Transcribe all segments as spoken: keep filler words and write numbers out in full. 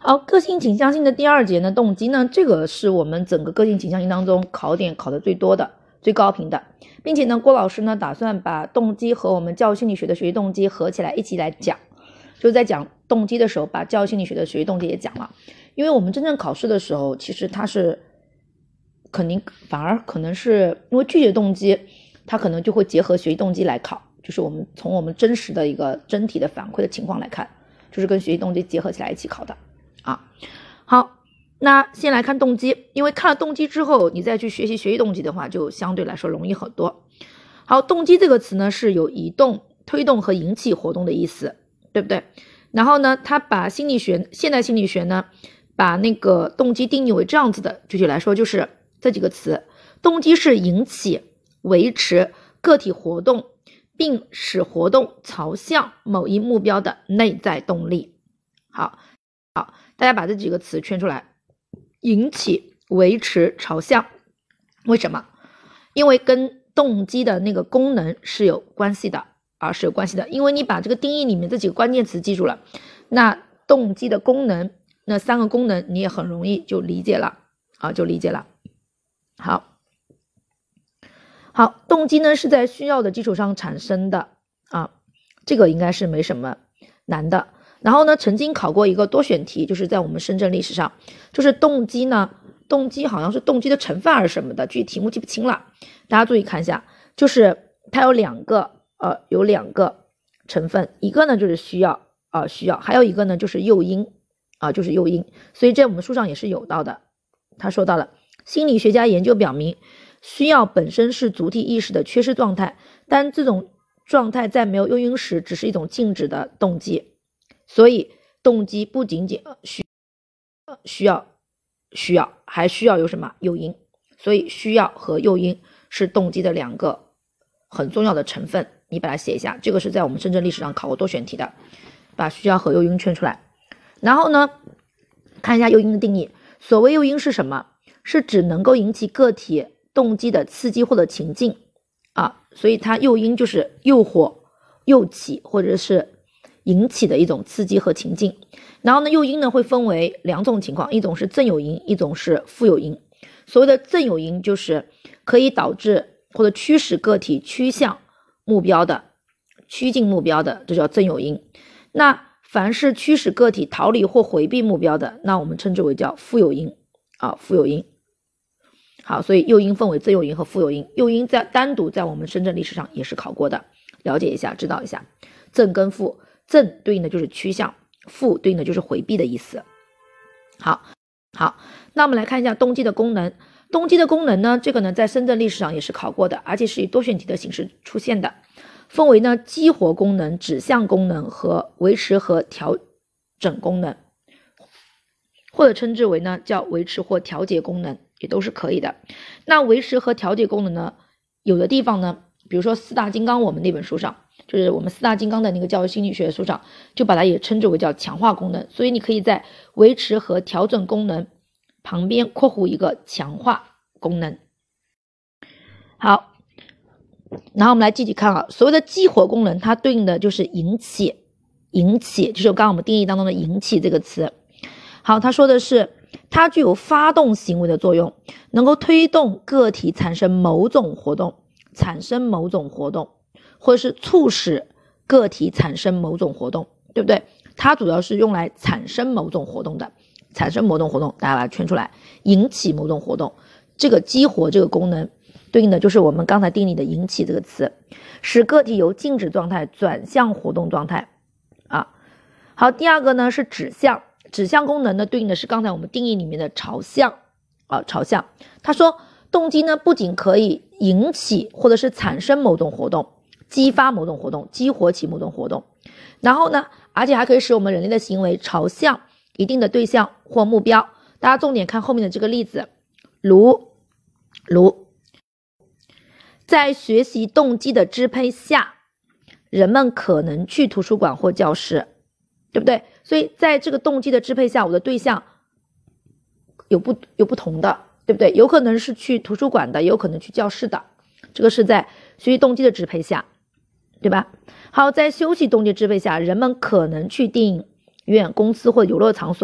好，个性倾向性的第二节呢，动机呢，这个是我们整个个性倾向性当中考点考的最多的、最高频的，并且呢，郭老师呢打算把动机和我们教育心理学的学习动机合起来一起来讲，就是在讲动机的时候，把教育心理学的学习动机也讲了。因为我们真正考试的时候，其实它是肯定反而可能是因为拒绝动机，它可能就会结合学习动机来考，就是我们从我们真实的一个真题的反馈的情况来看，就是跟学习动机结合起来一起考的啊。好，那先来看动机，因为看了动机之后，你再去学习学习动机的话，就相对来说容易很多。好，动机这个词呢是有移动、推动和引起活动的意思，对不对？然后呢，他把心理学、现代心理学呢，把那个动机定义为这样子的，具体来说就是这几个词：动机是引起、维持个体活动，并使活动朝向某一目标的内在动力。好，好，大家把这几个词圈出来：引起、维持、朝向。为什么？因为跟动机的那个功能是有关系的啊，是有关系的。因为你把这个定义里面这几个关键词记住了，那动机的功能，那三个功能你也很容易就理解了啊，就理解了。好，好，动机呢是在需要的基础上产生的啊，这个应该是没什么难的。然后呢，曾经考过一个多选题，就是在我们深圳历史上，就是动机呢，动机好像是动机的成分还是什么的，具体题目记不清了，大家注意看一下，就是它有两个呃，有两个成分，一个呢就是需要啊、呃、需要，还有一个呢就是诱因啊、呃，就是诱因，所以在我们书上也是有到的。他说到了，心理学家研究表明，需要本身是主体意识的缺失状态，但这种状态在没有诱因时只是一种静止的动机。所以动机不仅仅需需要需要还需要有什么诱因，所以需要和诱因是动机的两个很重要的成分，你把它写一下，这个是在我们深圳历史上考过多选题的，把需要和诱因圈出来。然后呢，看一下诱因的定义，所谓诱因是什么？是指能够引起个体动机的刺激或者情境啊，所以它诱因就是诱惑、诱起或者是引起的一种刺激和情境。然后呢，诱因呢会分为两种情况，一种是正诱因，一种是负诱因。所谓的正诱因就是可以导致或者驱使个体趋向目标的、趋近目标的，这叫正诱因。那凡是驱使个体逃离或回避目标的，那我们称之为叫负诱因啊，负诱因。好，所以诱因分为正诱因和负诱因。诱因在单独在我们深圳历史上也是考过的，了解一下，知道一下。正跟负，正对应的就是趋向，负对应的就是回避的意思。好，好，那我们来看一下动机的功能。动机的功能呢，这个呢在深圳历史上也是考过的，而且是以多选题的形式出现的，分为呢激活功能、指向功能和维持和调整功能，或者称之为呢叫维持或调节功能，也都是可以的。那维持和调节功能呢，有的地方呢，比如说四大金刚我们那本书上，就是我们四大金刚的那个教育心理学书上，就把它也称之为叫强化功能，所以你可以在维持和调整功能旁边括弧一个强化功能。好，然后我们来具体看啊，所谓的激活功能，它对应的就是引起，引起就是刚刚我们定义当中的引起这个词。好，他说的是它具有发动行为的作用，能够推动个体产生某种活动，产生某种活动，或者是促使个体产生某种活动，对不对？它主要是用来产生某种活动的，产生某种活动，大家把它圈出来，引起某种活动，这个激活这个功能对应的就是我们刚才定义的引起这个词，使个体由静止状态转向活动状态啊。好，第二个呢是指向，指向功能呢对应的是刚才我们定义里面的朝向啊，朝向。他说动机呢不仅可以引起或者是产生某种活动，激发某种活动，激活起某种活动，然后呢而且还可以使我们人类的行为朝向一定的对象或目标。大家重点看后面的这个例子，如如在学习动机的支配下，人们可能去图书馆或教室，对不对？所以在这个动机的支配下，我的对象有不有不同的，对不对？有可能是去图书馆的，也有可能去教室的，这个是在学习动机的支配下，对吧？好，在休息动机支配下，人们可能去电影院、公司或游乐场所，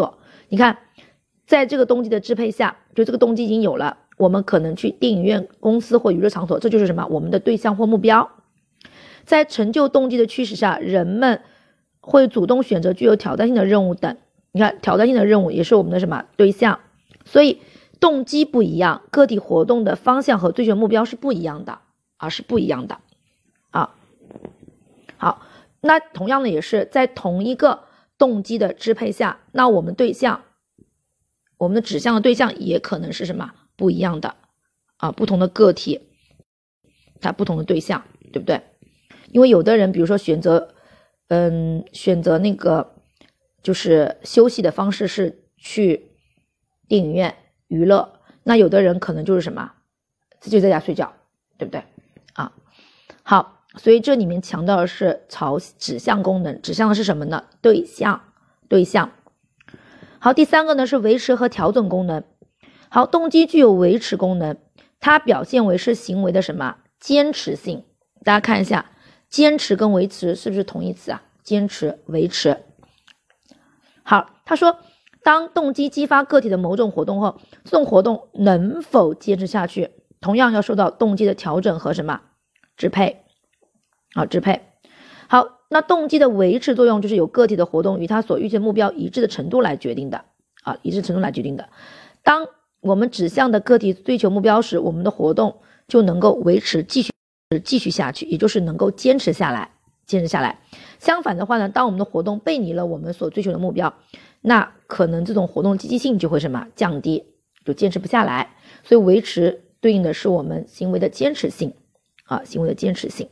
你看，在这个动机的支配下，就这个动机已经有了，我们可能去电影院、公司或娱乐场所，这就是什么？我们的对象或目标。在成就动机的驱使下，人们会主动选择具有挑战性的任务等。你看，挑战性的任务也是我们的什么对象？所以动机不一样，个体活动的方向和追求目标是不一样的啊，是不一样的啊。好，那同样的也是在同一个动机的支配下，那我们对象，我们的指向的对象也可能是什么不一样的啊，不同的个体，它不同的对象，对不对？因为有的人，比如说选择，嗯，选择那个就是休息的方式是去电影院娱乐，那有的人可能就是什么，就在家睡觉，对不对啊？好，所以这里面强调的是朝指向功能，指向的是什么呢？对象，对象。好，第三个呢是维持和调整功能。好，动机具有维持功能，它表现为是行为的什么？坚持性。大家看一下，坚持跟维持是不是同义词啊？坚持、维持。好，他说，当动机激发个体的某种活动后，这种活动能否坚持下去，同样要受到动机的调整和什么支配。好，支配。好，那动机的维持作用就是由个体的活动与它所预期的目标一致的程度来决定的啊，一致程度来决定的。当我们指向的个体追求目标时，我们的活动就能够维持继续继续下去，也就是能够坚持下来坚持下来。相反的话呢，当我们的活动背离了我们所追求的目标，那可能这种活动积极性就会什么降低，就坚持不下来。所以维持对应的是我们行为的坚持性啊，行为的坚持性。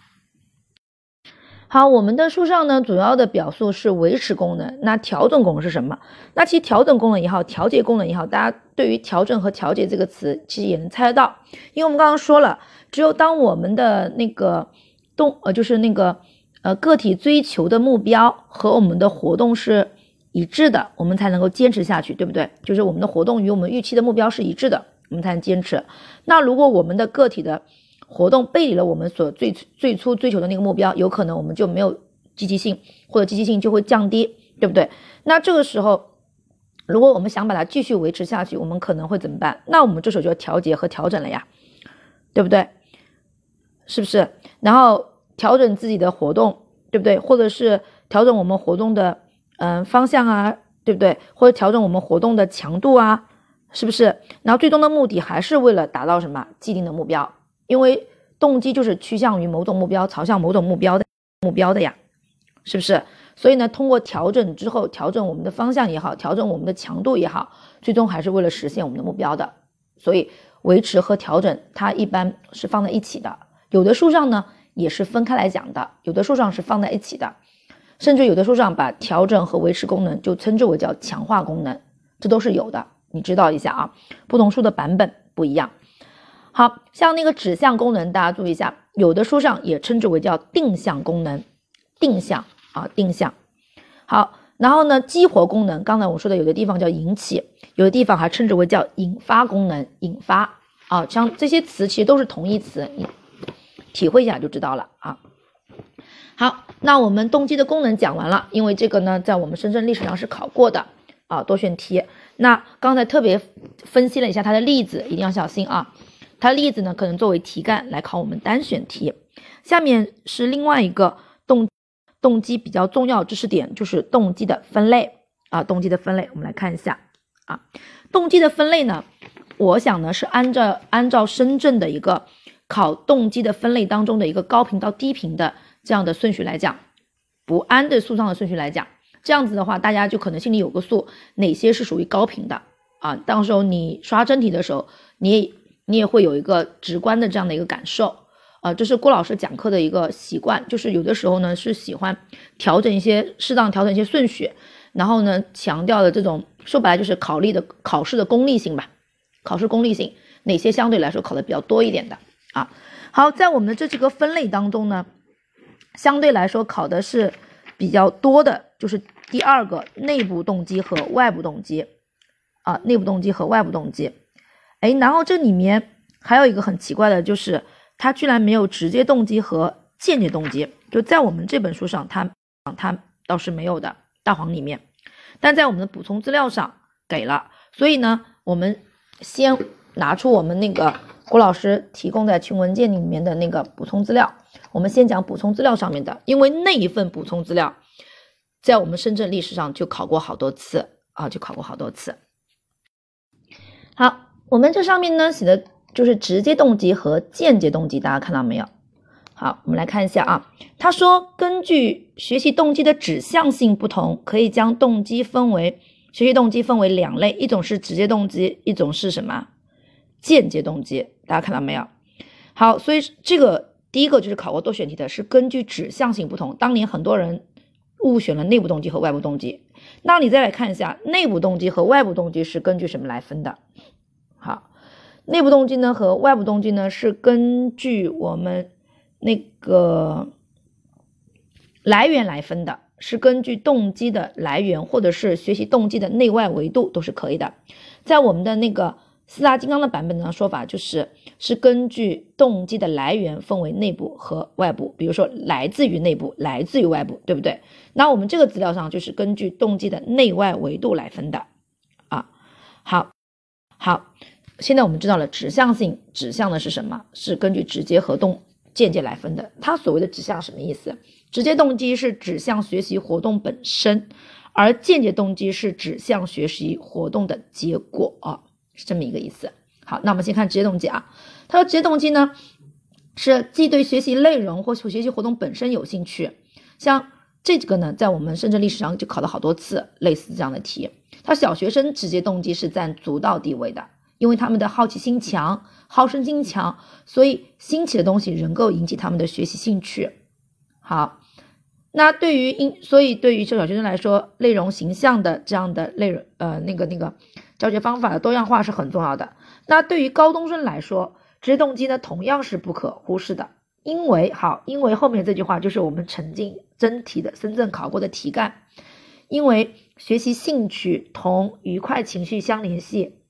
好，我们的书上呢，主要的表述是维持功能。那调整功能是什么？那其实调整功能也好，调节功能也好，大家对于调整和调节这个词其实也能猜得到，因为我们刚刚说了，只有当我们的那个动呃就是那个呃个体追求的目标和我们的活动是一致的，我们才能够坚持下去，对不对？就是我们的活动与我们预期的目标是一致的，我们才能坚持。那如果我们的个体的活动背离了我们所最最初追求的那个目标，有可能我们就没有积极性，或者积极性就会降低，对不对？那这个时候如果我们想把它继续维持下去，我们可能会怎么办？那我们这时候就要调节和调整了呀，对不对？是不是？然后调整自己的活动，对不对？或者是调整我们活动的嗯、呃、方向啊，对不对？或者调整我们活动的强度啊，是不是？然后最终的目的还是为了达到什么既定的目标，因为动机就是趋向于某种目标，朝向某种目标的目标的呀，是不是？所以呢，通过调整之后，调整我们的方向也好，调整我们的强度也好，最终还是为了实现我们的目标的。所以维持和调整它一般是放在一起的，有的书上呢也是分开来讲的，有的书上是放在一起的，甚至有的书上把调整和维持功能就称之为叫强化功能，这都是有的，你知道一下啊，不同书的版本不一样。好，像那个指向功能，大家注意一下，有的书上也称之为叫定向功能，定向啊，定向。好，然后呢，激活功能，刚才我说的有的地方叫引起，有的地方还称之为叫引发功能，引发啊，像这些词其实都是同义词，你体会一下就知道了啊。好，那我们动机的功能讲完了，因为这个呢，在我们深圳历史上是考过的啊，多选题。那刚才特别分析了一下它的例子，一定要小心啊。它的例子呢，可能作为题干来考我们单选题。下面是另外一个动动机比较重要知识点，就是动机的分类啊，动机的分类，我们来看一下啊。动机的分类呢，我想呢是按照按照深圳的一个考动机的分类当中的一个高频到低频的这样的顺序来讲，不按的数上的顺序来讲，这样子的话，大家就可能心里有个数，哪些是属于高频的啊？到时候你刷真题的时候，你也你也会有一个直观的这样的一个感受，呃，这是郭老师讲课的一个习惯，就是有的时候呢是喜欢调整一些适当调整一些顺序，然后呢强调的这种说白了就是考虑的考试的功利性吧，考试功利性，哪些相对来说考的比较多一点的啊？好，在我们的这几个分类当中呢，相对来说考的是比较多的，就是第二个内部动机和外部动机啊，内部动机和外部动机。哎，然后这里面还有一个很奇怪的，就是它居然没有直接动机和间接动机，就在我们这本书上它它倒是没有的，大黄里面。 但在我们的补充资料上给了，所以呢，我们先拿出我们那个郭老师提供在群文件里面的那个补充资料，我们先讲补充资料上面的，因为那一份补充资料在我们深圳历史上就考过好多次啊，就考过好多次。好，我们这上面呢写的就是直接动机和间接动机，大家看到没有？好，我们来看一下啊，他说根据学习动机的指向性不同，可以将动机分为学习动机分为两类，一种是直接动机，一种是什么？间接动机，大家看到没有？好，所以这个第一个就是考过多选题的，是根据指向性不同，当年很多人误选了内部动机和外部动机。那你再来看一下，内部动机和外部动机是根据什么来分的？好，内部动机呢和外部动机呢是根据我们那个来源来分的，是根据动机的来源或者是学习动机的内外维度都是可以的。在我们的那个四大金刚的版本的说法就是是根据动机的来源分为内部和外部，比如说来自于内部，来自于外部，对不对？那我们这个资料上就是根据动机的内外维度来分的啊。好，好，现在我们知道了指向性，指向的是什么？是根据直接和动间接来分的。它所谓的指向什么意思？直接动机是指向学习活动本身，而间接动机是指向学习活动的结果啊，是这么一个意思。好，那我们先看直接动机啊。他说直接动机呢是既对学习内容或学习活动本身有兴趣，像这个呢在我们深圳历史上就考了好多次类似这样的题。他小学生直接动机是占主导地位的，因为他们的好奇心强，好胜心强，所以新奇的东西能够引起他们的学习兴趣。好，那对于所以对于小学生来说，内容形象的这样的内容呃那个那个教学方法的多样化是很重要的。那对于高中生来说，直接动机呢同样是不可忽视的，因为好，因为后面这句话就是我们曾经真题的深圳考过的题干，因为学习兴趣同愉快情绪相联系，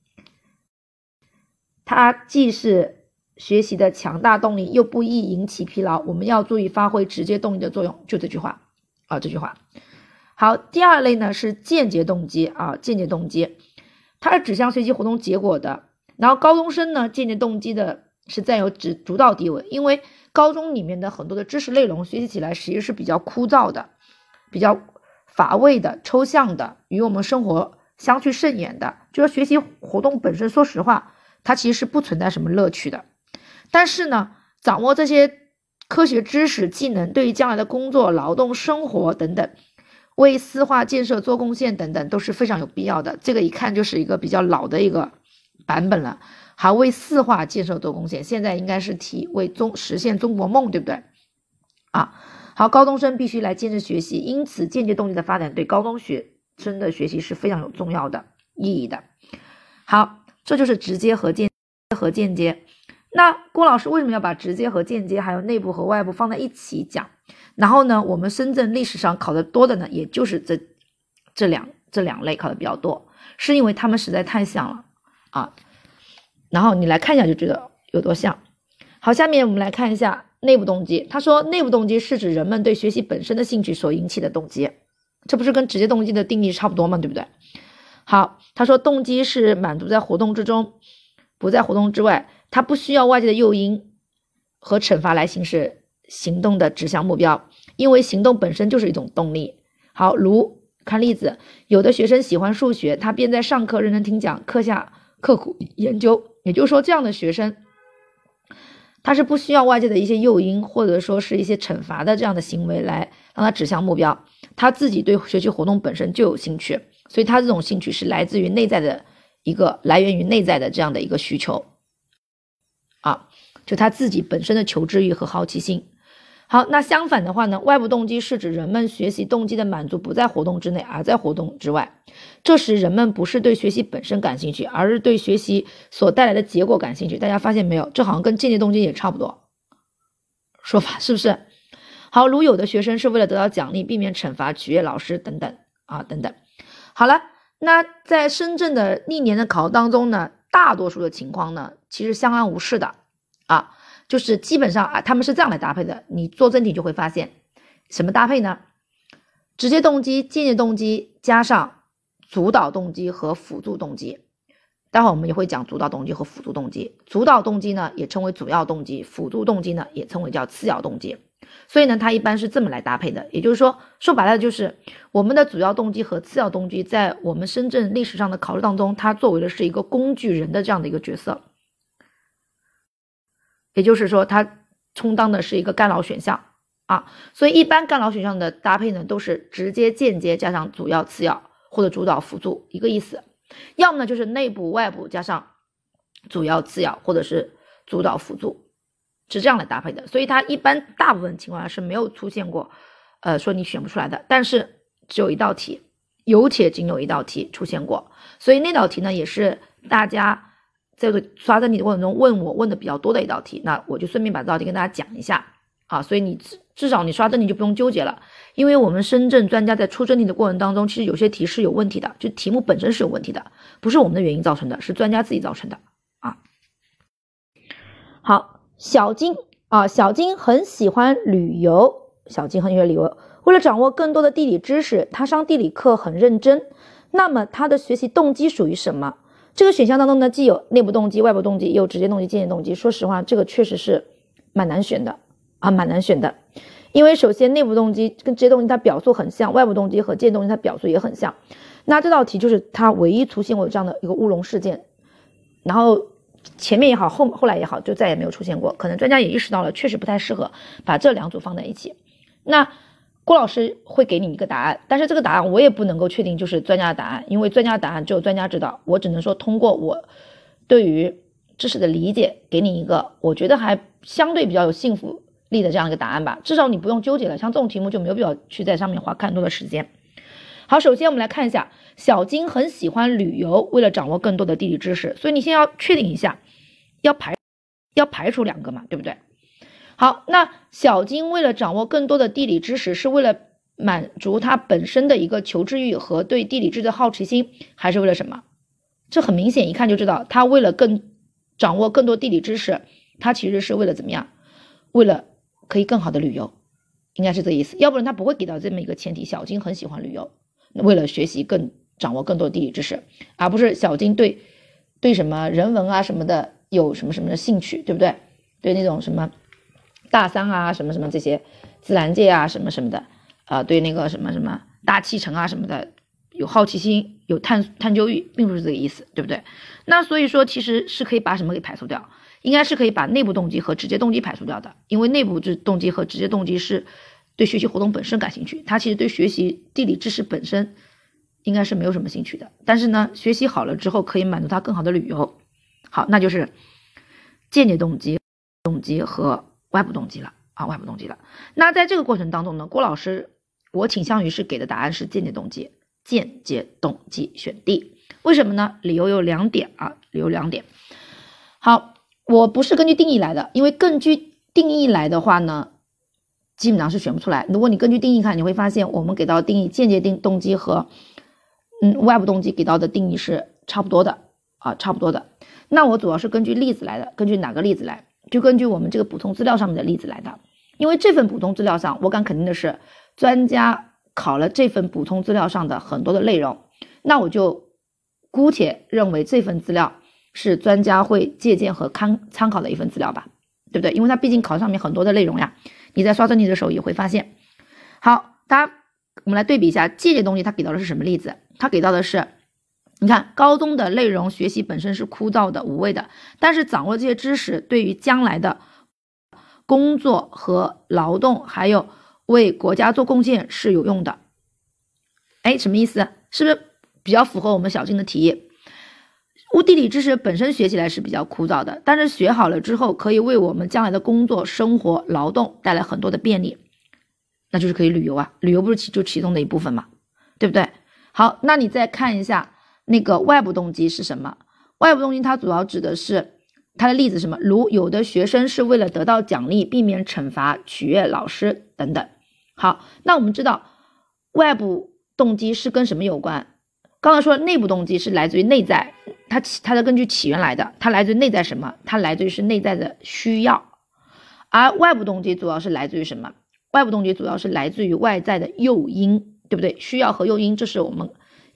它既是学习的强大动力，又不易引起疲劳，我们要注意发挥直接动力的作用，就这句话啊，这句话。好，第二类呢是间接动机啊，间接动机它是指向学习活动结果的。然后高中生呢，间接动机的是占有主主导地位，因为高中里面的很多的知识内容学习起来其实是比较枯燥的，比较乏味的，抽象的，与我们生活相去甚远的，就是学习活动本身说实话它其实是不存在什么乐趣的。但是呢，掌握这些科学知识技能对于将来的工作、劳动、生活等等，为四化建设做贡献等等都是非常有必要的。这个一看就是一个比较老的一个版本了，还为四化建设做贡献，现在应该是提为中实现中国梦，对不对啊？好，高中生必须来坚持学习，因此间接动机的发展对高中学生的学习是非常有重要的意义的。好，这就是直接和间和间接。那郭老师为什么要把直接和间接还有内部和外部放在一起讲？然后呢，我们深圳历史上考的多的呢，也就是这这两这两类考的比较多，是因为他们实在太像了啊。然后你来看一下就觉得有多像。好，下面我们来看一下内部动机。他说内部动机是指人们对学习本身的兴趣所引起的动机，这不是跟直接动机的定义差不多吗？对不对？好，他说动机是满足在活动之中，不在活动之外，它不需要外界的诱因和惩罚来行使行动的指向目标，因为行动本身就是一种动力。好，如看例子，有的学生喜欢数学，他便在上课认真听讲，课下刻苦研究，也就是说这样的学生他是不需要外界的一些诱因或者说是一些惩罚的这样的行为来让他指向目标，他自己对学习活动本身就有兴趣，所以他这种兴趣是来自于内在的一个来源于内在的这样的一个需求啊，就他自己本身的求知欲和好奇心。好，那相反的话呢，外部动机是指人们学习动机的满足不在活动之内，而在活动之外。这时人们不是对学习本身感兴趣，而是对学习所带来的结果感兴趣。大家发现没有？这好像跟间接动机也差不多，说法是不是？好，如有的学生是为了得到奖励，避免惩罚、取悦老师等等啊等等。好了，那在深圳的历年的考核当中呢，大多数的情况呢，其实相安无事的啊。就是基本上啊，他们是这样来搭配的。你做真题就会发现，什么搭配呢？直接动机、间接动机加上主导动机和辅助动机。待会儿我们也会讲主导动机和辅助动机。主导动机呢也称为主要动机，辅助动机呢也称为叫次要动机。所以呢它一般是这么来搭配的，也就是说说白了就是我们的主要动机和次要动机在我们深圳历史上的考试当中，它作为的是一个工具人的这样的一个角色，也就是说它充当的是一个干扰选项啊。所以一般干扰选项的搭配呢都是直接间接加上主要次要或者主导辅助一个意思，要么呢就是内部外部加上主要次要或者是主导辅助，是这样来搭配的。所以它一般大部分情况下是没有出现过呃说你选不出来的，但是只有一道题，有且仅有一道题出现过。所以那道题呢也是大家在这个刷真题的过程中问我问的比较多的一道题，那我就顺便把这道题跟大家讲一下啊。所以你至少你刷真题就不用纠结了，因为我们深圳专家在出真题的过程当中，其实有些题是有问题的，就题目本身是有问题的，不是我们的原因造成的，是专家自己造成的啊。好，小金啊，小金很喜欢旅游，小金很喜欢旅游，为了掌握更多的地理知识，他上地理课很认真。那么他的学习动机属于什么？这个选项当中呢，既有内部动机、外部动机，也有直接动机、间接动机。说实话，这个确实是蛮难选的啊，蛮难选的。因为首先内部动机跟直接动机它表述很像，外部动机和间接动机它表述也很像。那这道题就是它唯一出现过这样的一个乌龙事件，然后前面也好，后后来也好，就再也没有出现过。可能专家也意识到了，确实不太适合把这两组放在一起。那郭老师会给你一个答案，但是这个答案我也不能够确定就是专家的答案，因为专家的答案只有专家知道，我只能说通过我对于知识的理解，给你一个我觉得还相对比较有信服力的这样一个答案吧，至少你不用纠结了，像这种题目就没有必要去在上面花更多的时间。好，首先我们来看一下，小金很喜欢旅游，为了掌握更多的地理知识，所以你先要确定一下，要排要排除两个嘛，对不对？好，那小金为了掌握更多的地理知识，是为了满足他本身的一个求知欲和对地理知识的好奇心，还是为了什么？这很明显，一看就知道，他为了更掌握更多地理知识，他其实是为了怎么样？为了可以更好的旅游，应该是这意思，要不然他不会给到这么一个前提，小金很喜欢旅游，为了学习更掌握更多的地理知识，而不是小金对对什么人文啊什么的有什么什么的兴趣，对不对？对那种什么大桑啊什么什么这些自然界啊什么什么的，呃，对那个什么什么大气层啊什么的有好奇心，有探探究欲，并不是这个意思，对不对？那所以说其实是可以把什么给排除掉，应该是可以把内部动机和直接动机排除掉的，因为内部动机和直接动机是对学习活动本身感兴趣，他其实对学习地理知识本身应该是没有什么兴趣的，但是呢学习好了之后可以满足他更好的旅游。好，那就是间接动机动机和外部动机了啊，外部动机了。那在这个过程当中呢，郭老师我倾向于是给的答案是间接动机，间接动机选 D。 为什么呢？理由有两点啊，理由两点。好，我不是根据定义来的，因为根据定义来的话呢，基本上是选不出来。如果你根据定义看，你会发现我们给到的定义间接定动机和嗯外部动机给到的定义是差不多的啊，差不多的。那我主要是根据例子来的，根据哪个例子来？就根据我们这个补充资料上面的例子来的。因为这份补充资料上，我敢肯定的是，专家考了这份补充资料上的很多的内容，那我就姑且认为这份资料是专家会借鉴和参参考的一份资料吧，对不对？因为它毕竟考上面很多的内容呀，你在刷真题的时候也会发现。好，大家我们来对比一下间接动机，它给到的是什么例子？它给到的是，你看高中的内容学习本身是枯燥的无味的，但是掌握这些知识对于将来的工作和劳动还有为国家做贡献是有用的。哎，什么意思？是不是比较符合我们小金的题？物地理知识本身学起来是比较枯燥的，但是学好了之后可以为我们将来的工作生活劳动带来很多的便利，那就是可以旅游啊，旅游不是其就其中的一部分嘛，对不对？好，那你再看一下那个外部动机是什么？外部动机它主要指的是它的例子是什么？如有的学生是为了得到奖励，避免惩罚，取悦老师等等。好，那我们知道外部动机是跟什么有关？刚才说内部动机是来自于内在，它它是根据起源来的，它来自于内在什么？它来自于是内在的需要。而外部动机主要是来自于什么？外部动机主要是来自于外在的诱因，对不对？需要和诱因，这是我们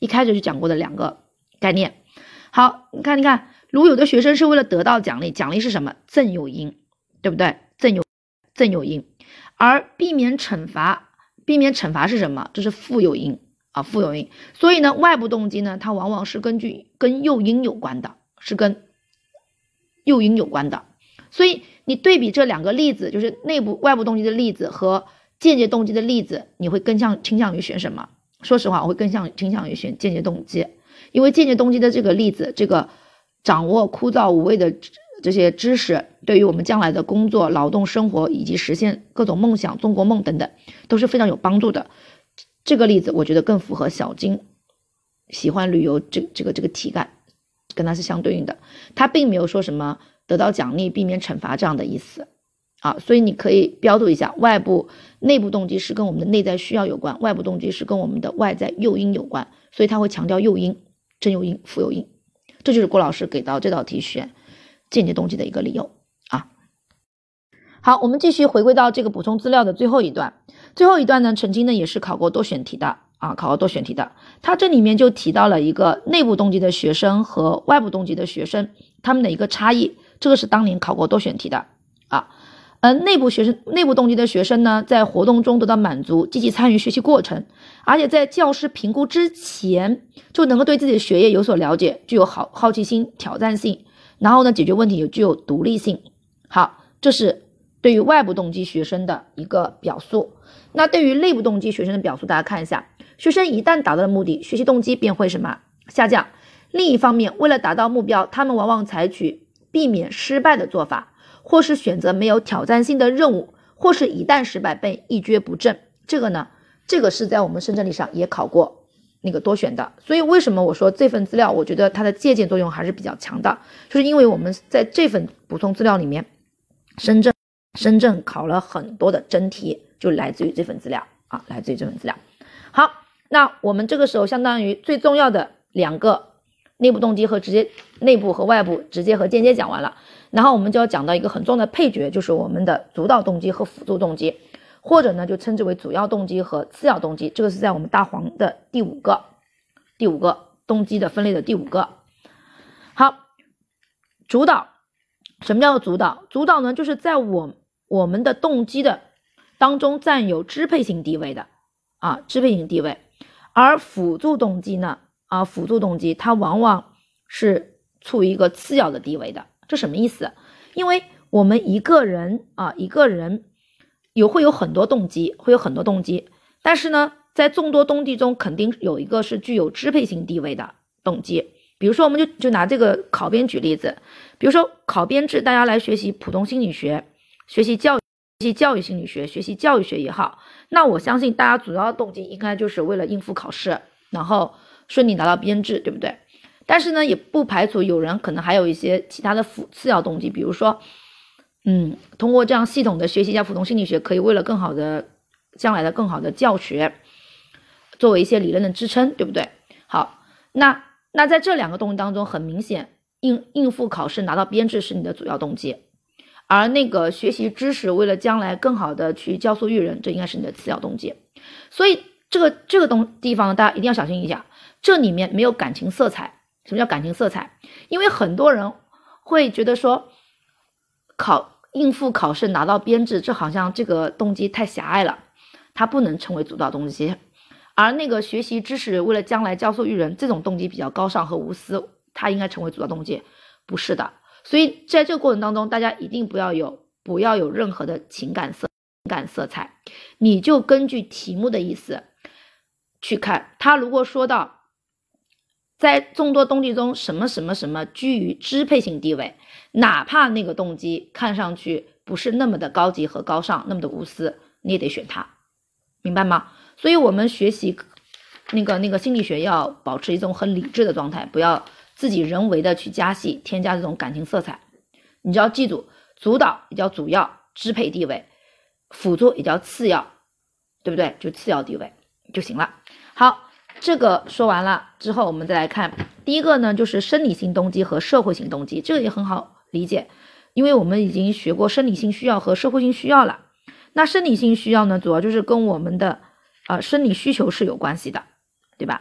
一开始就讲过的两个概念。好，你看你看，如有的学生是为了得到奖励，奖励是什么？赠有因，对不对？赠有赠有因，而避免惩罚，避免惩罚是什么？这是负有因啊，负有因。所以呢，外部动机呢，它往往是根据跟诱因有关的，是跟诱因有关的。所以你对比这两个例子，就是内部外部动机的例子和间接动机的例子，你会更向倾向于选什么？说实话，我会更向倾向于选间接动机，因为间接动机的这个例子，这个掌握枯燥无味的这些知识，对于我们将来的工作、劳动、生活以及实现各种梦想、中国梦等等，都是非常有帮助的。这个例子我觉得更符合小金喜欢旅游这这个这个体感，跟它是相对应的。它并没有说什么得到奖励、避免惩罚这样的意思啊，所以你可以标注一下，外部内部动机是跟我们的内在需要有关，外部动机是跟我们的外在诱因有关，所以它会强调诱因、正诱因、负诱因。这就是郭老师给到这道题选间接动机的一个理由啊。好，我们继续回归到这个补充资料的最后一段。最后一段呢，曾经呢也是考过多选题的啊，考过多选题的。它这里面就提到了一个内部动机的学生和外部动机的学生他们的一个差异，这个是当年考过多选题的啊。呃，内部学生内部动机的学生呢，在活动中得到满足，积极参与学习过程，而且在教师评估之前就能够对自己的学业有所了解，具有好好奇心、挑战性，然后呢，解决问题也具有独立性。好，这是对于外部动机学生的一个表述。那对于内部动机学生的表述，大家看一下，学生一旦达到了目的，学习动机便会什么下降。另一方面，为了达到目标，他们往往采取避免失败的做法，或是选择没有挑战性的任务，或是一旦失败被一蹶不振。这个呢，这个是在我们深圳理上也考过那个多选的。所以为什么我说这份资料我觉得它的借鉴作用还是比较强的，就是因为我们在这份补充资料里面，深圳深圳考了很多的真题，就来自于这份资料啊，来自于这份资料。好，那我们这个时候相当于最重要的两个内部动机和直接内部和外部直接和间接讲完了，然后我们就要讲到一个很重要的配角，就是我们的主导动机和辅助动机，或者呢就称之为主要动机和次要动机。这个是在我们大黄的第五个第五个动机的分类的第五个。好，主导，什么叫做主导？主导呢，就是在我我们的动机的当中占有支配性地位的啊，支配性地位。而辅助动机呢，啊，辅助动机它往往是处于一个次要的地位的。这什么意思？因为我们一个人啊，一个人有会有很多动机，会有很多动机，但是呢，在众多动机中，肯定有一个是具有支配性地位的动机。比如说，我们就就拿这个考编举例子，比如说考编制，大家来学习普通心理学，学习教育。学习教育心理学，学习教育学也好，那我相信大家主要动机应该就是为了应付考试，然后顺利拿到编制，对不对？但是呢，也不排除有人可能还有一些其他的辅次要动机，比如说，嗯，通过这样系统的学习一下普通心理学，可以为了更好的将来的更好的教学，作为一些理论的支撑，对不对？好，那那在这两个动机当中，很明显，应应付考试拿到编制是你的主要动机。而那个学习知识，为了将来更好的去教书育人，这应该是你的次要动机。所以这个这个东地方大家一定要小心一下，这里面没有感情色彩。什么叫感情色彩？因为很多人会觉得说，考应付考试拿到编制，这好像这个动机太狭隘了，它不能成为主导动机。而那个学习知识，为了将来教书育人，这种动机比较高尚和无私，它应该成为主导动机，不是的。所以在这个过程当中，大家一定不要有不要有任何的情感色情感色彩，你就根据题目的意思去看。他如果说到在众多动机中什么什么什么居于支配性地位，哪怕那个动机看上去不是那么的高级和高尚，那么的无私，你也得选它，明白吗？所以我们学习那个那个心理学要保持一种很理智的状态，不要自己人为的去加戏，添加这种感情色彩。你就要记住，主导也叫主要支配地位，辅助也叫次要，对不对？就次要地位就行了。好，这个说完了之后，我们再来看第一个呢，就是生理性动机和社会性动机。这个也很好理解，因为我们已经学过生理性需要和社会性需要了。那生理性需要呢，主要就是跟我们的呃生理需求是有关系的，对吧？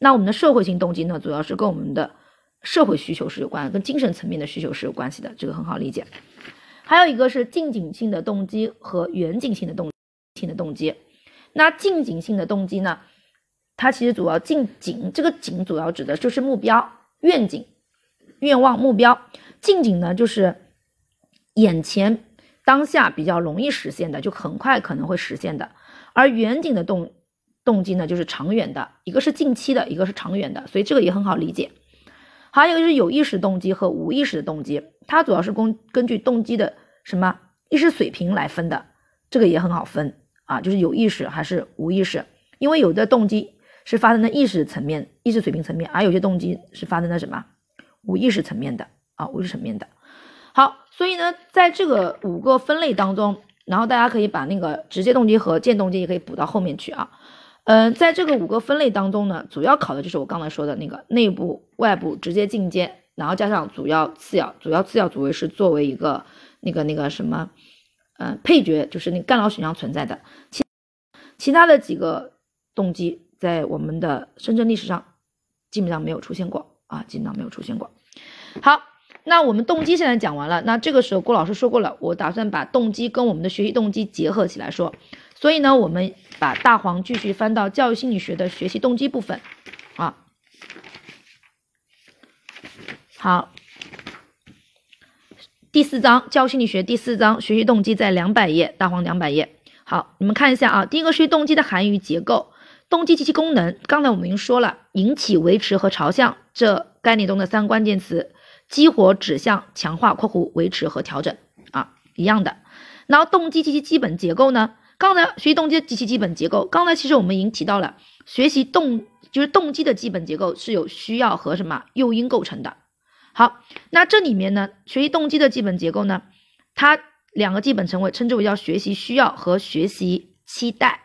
那我们的社会性动机呢，主要是跟我们的社会需求是有关的，跟精神层面的需求是有关系的，这个很好理解。还有一个是近景性的动机和远景性的动性的动机。那近景性的动机呢，它其实主要近景，这个景主要指的就是目标、愿景、愿望、目标。近景呢，就是眼前当下比较容易实现的，就很快可能会实现的。而远景的动动机呢，就是长远的，一个是近期的，一个是长远的，所以这个也很好理解。还有一个是有意识动机和无意识的动机，它主要是根根据动机的什么意识水平来分的，这个也很好分啊，就是有意识还是无意识。因为有的动机是发生在意识层面、意识水平层面，而有些动机是发生在什么无意识层面的啊，无意识层面的。好，所以呢，在这个五个分类当中，然后大家可以把那个直接动机和间动机也可以补到后面去啊。嗯、呃，在这个五个分类当中呢，主要考的就是我刚才说的那个内部、外部、直接、进阶，然后加上主要、次要，主要、次要、主谓是作为一个那个那个什么，呃，配角，就是那个干扰选项存在的。其其他的几个动机在我们的深圳历史上基本上没有出现过啊，基本上没有出现过。好，那我们动机现在讲完了，那这个时候郭老师说过了，我打算把动机跟我们的学习动机结合起来说。所以呢，我们把大黄继续翻到教育心理学的学习动机部分啊。好，第四章教育心理学第四章学习动机在两百页，大黄两百页。好，你们看一下啊，第一个学习动机的含义与结构，动机及其功能。刚才我们已经说了，引起、维持和朝向这概念中的三个关键词：激活、指向、强化（括弧维持和调整）啊，一样的。然后动机及其基本结构呢？刚才学习动机及其基本结构，刚才其实我们已经提到了，学习动就是动机的基本结构是由需要和什么诱因构成的。好，那这里面呢，学习动机的基本结构呢，它两个基本称谓称之为叫学习需要和学习期待。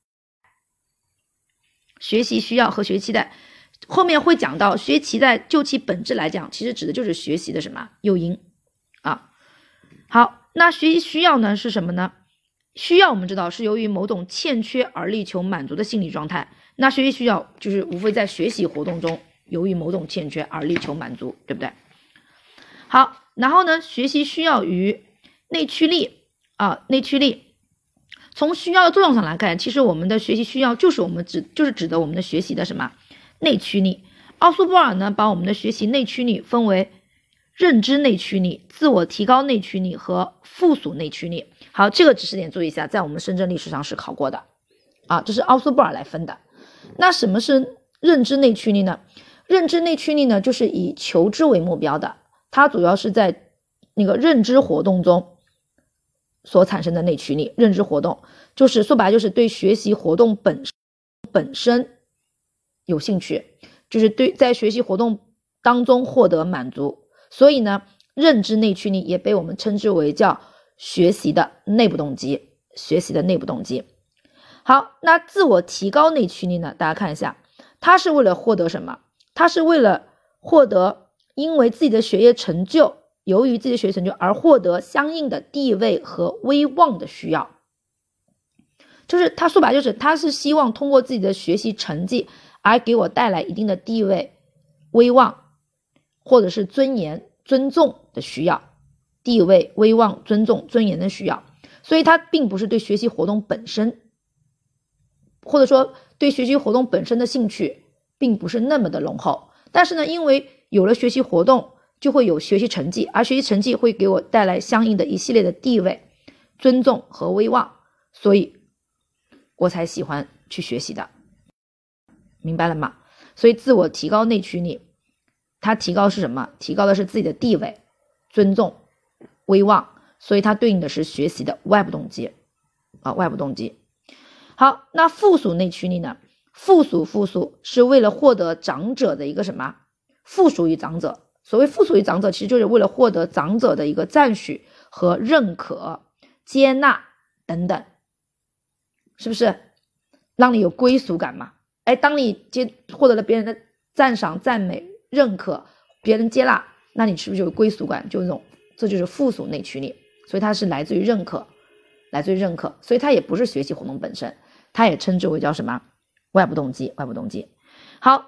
学习需要和学习期待，后面会讲到学习期待，就其本质来讲，其实指的就是学习的什么诱因啊。好，那学习需要呢是什么呢？需要我们知道是由于某种欠缺而力求满足的心理状态，那学习需要就是无非在学习活动中由于某种欠缺而力求满足，对不对？好，然后呢，学习需要与内驱力啊，内驱力，从需要的作用上来看，其实我们的学习需要就是我们指就是指的我们的学习的什么内驱力。奥苏波尔呢，把我们的学习内驱力分为认知内驱力、自我提高内驱力和附属内驱力。好，这个知识点注意一下，在我们深圳历史上是考过的啊，这是奥苏波尔来分的。那什么是认知内驱力呢？认知内驱力呢，就是以求知为目标的，它主要是在那个认知活动中所产生的内驱力。认知活动就是说白了就是对学习活动本本身有兴趣，就是对在学习活动当中获得满足。所以呢，认知内驱力也被我们称之为叫学习的内部动机，学习的内部动机。好，那自我提高内驱力呢？大家看一下，它是为了获得什么？它是为了获得因为自己的学业成就，由于自己的学业成就而获得相应的地位和威望的需要。就是他说白就是他是希望通过自己的学习成绩而给我带来一定的地位、威望，或者是尊严、尊重的需要。地位、威望、尊重、尊严的需要，所以它并不是对学习活动本身，或者说对学习活动本身的兴趣并不是那么的浓厚。但是呢，因为有了学习活动，就会有学习成绩，而学习成绩会给我带来相应的一系列的地位、尊重和威望，所以我才喜欢去学习的，明白了吗？所以自我提高内驱力，它提高是什么？提高的是自己的地位、尊重、威望，所以它对应的是学习的外部动机啊，外部动机。好，那附属内驱力呢？附属附属是为了获得长者的一个什么？附属于长者。所谓附属于长者，其实就是为了获得长者的一个赞许和认可、接纳等等，是不是？让你有归属感嘛？哎，当你接获得了别人的赞赏、赞美、认可，别人接纳，那你是不是就有归属感？就那种。这就是附属内驱力，所以它是来自于认可，来自于认可，所以它也不是学习活动本身，它也称之为叫什么外部动机，外部动机。好，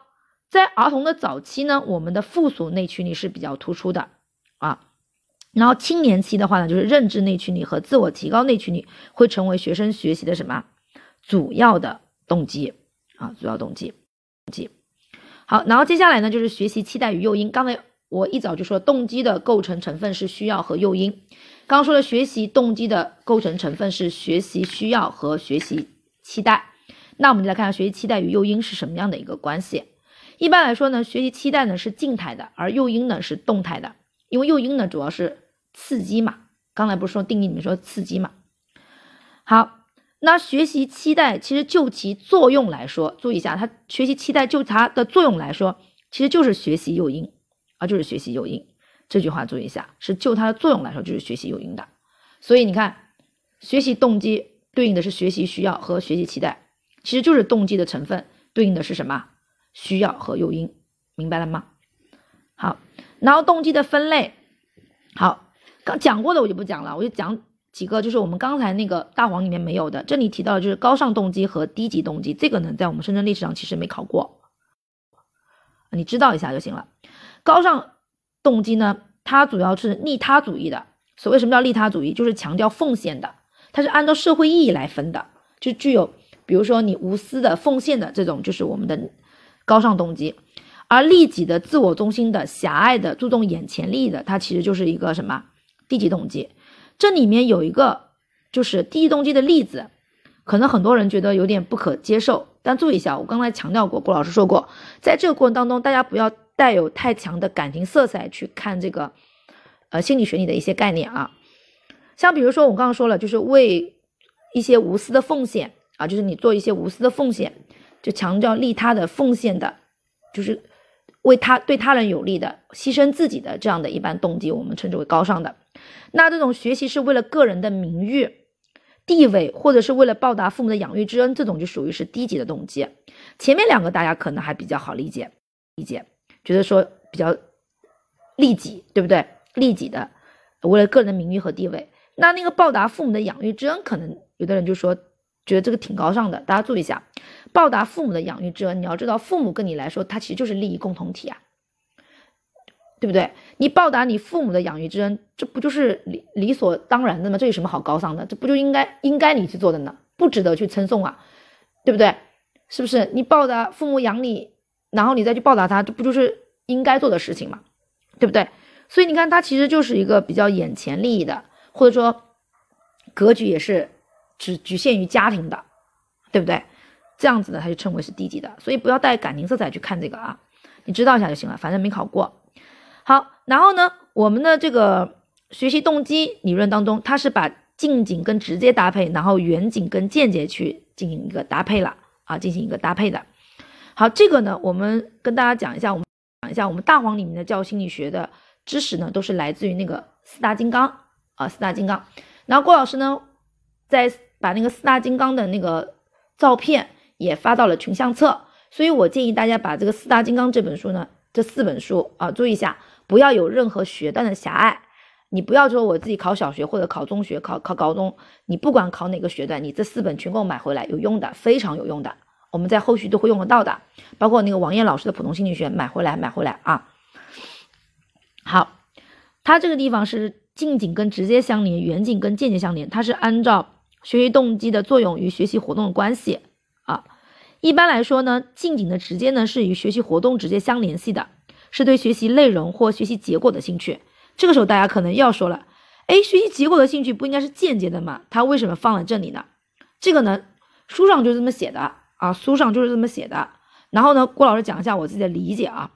在儿童的早期呢，我们的附属内驱力是比较突出的啊。然后青年期的话呢，就是认知内驱力和自我提高内驱力会成为学生学习的什么主要的动机啊，主要动机。好，然后接下来呢，就是学习期待与诱因。刚才我一早就说，动机的构成成分是需要和诱因。刚刚说了，学习动机的构成成分是学习需要和学习期待。那我们就来看看学习期待与诱因是什么样的一个关系。一般来说呢，学习期待呢是静态的，而诱因呢是动态的。因为诱因呢主要是刺激嘛，刚才不是说定义里面说刺激嘛。好，那学习期待其实就其作用来说，注意一下，它学习期待就它的作用来说，其实就是学习诱因啊，就是学习诱因。这句话注意一下，是就它的作用来说就是学习诱因的。所以你看，学习动机对应的是学习需要和学习期待，其实就是动机的成分对应的是什么？需要和诱因，明白了吗？好，然后动机的分类，好，刚讲过的我就不讲了，我就讲几个就是我们刚才那个大黄里面没有的。这里提到的就是高尚动机和低级动机，这个呢在我们深圳历史上其实没考过，你知道一下就行了。高尚动机呢，它主要是利他主义的。所谓什么叫利他主义，就是强调奉献的，它是按照社会意义来分的，就具有比如说你无私的奉献的这种就是我们的高尚动机。而利己的、自我中心的、狭隘的、注重眼前利益的，它其实就是一个什么低级动机。这里面有一个就是低级动机的例子，可能很多人觉得有点不可接受，但注意一下，我刚才强调过，郭老师说过，在这个过程当中，大家不要带有太强的感情色彩去看这个呃心理学里的一些概念啊。像比如说我刚刚说了，就是为一些无私的奉献啊，就是你做一些无私的奉献，就强调利他的奉献的，就是为他对他人有利的，牺牲自己的这样的一般动机，我们称之为高尚的。那这种学习是为了个人的名誉、地位，或者是为了报答父母的养育之恩，这种就属于是低级的动机。前面两个大家可能还比较好理解，理解，觉得说比较利己，对不对？利己的，为了个人的名誉和地位。那那个报答父母的养育之恩，可能有的人就说觉得这个挺高尚的。大家注意一下，报答父母的养育之恩，你要知道父母跟你来说他其实就是利益共同体啊，对不对？你报答你父母的养育之恩，这不就是理理所当然的吗？这有什么好高尚的？这不就应该应该你去做的呢？不值得去称颂啊，对不对？是不是？你报答父母养你，然后你再去报答他，这不就是应该做的事情吗？对不对？所以你看，他其实就是一个比较眼前利益的，或者说格局也是只局限于家庭的，对不对？这样子呢，他就称为是低级的。所以不要带感情色彩去看这个啊，你知道一下就行了，反正没考过。好，然后呢，我们的这个学习动机理论当中，它是把近景跟直接搭配，然后远景跟间接去进行一个搭配了啊，进行一个搭配的。好，这个呢，我们跟大家讲一下，我们讲一下我们大黄里面的教育心理学的知识呢，都是来自于那个四大金刚啊，四大金刚。然后郭老师呢，在把那个四大金刚的那个照片也发到了群相册，所以我建议大家把这个四大金刚这本书呢，这四本书啊，注意一下，不要有任何学段的狭隘。你不要说我自己考小学或者考中学、考考高中，你不管考哪个学段，你这四本全给我买回来，有用的，非常有用的，我们在后续都会用得到的。包括那个王艳老师的普通心理学，买回来，买回来啊。好，它这个地方是近景跟直接相连，远景跟间接相连，它是按照学习动机的作用与学习活动的关系啊。一般来说呢，近景的直接呢是与学习活动直接相联系的，是对学习内容或学习结果的兴趣。这个时候大家可能要说了，诶，学习结果的兴趣不应该是间接的吗？它为什么放在这里呢？这个呢，书上就是这么写的啊，书上就是这么写的。然后呢，郭老师讲一下我自己的理解啊。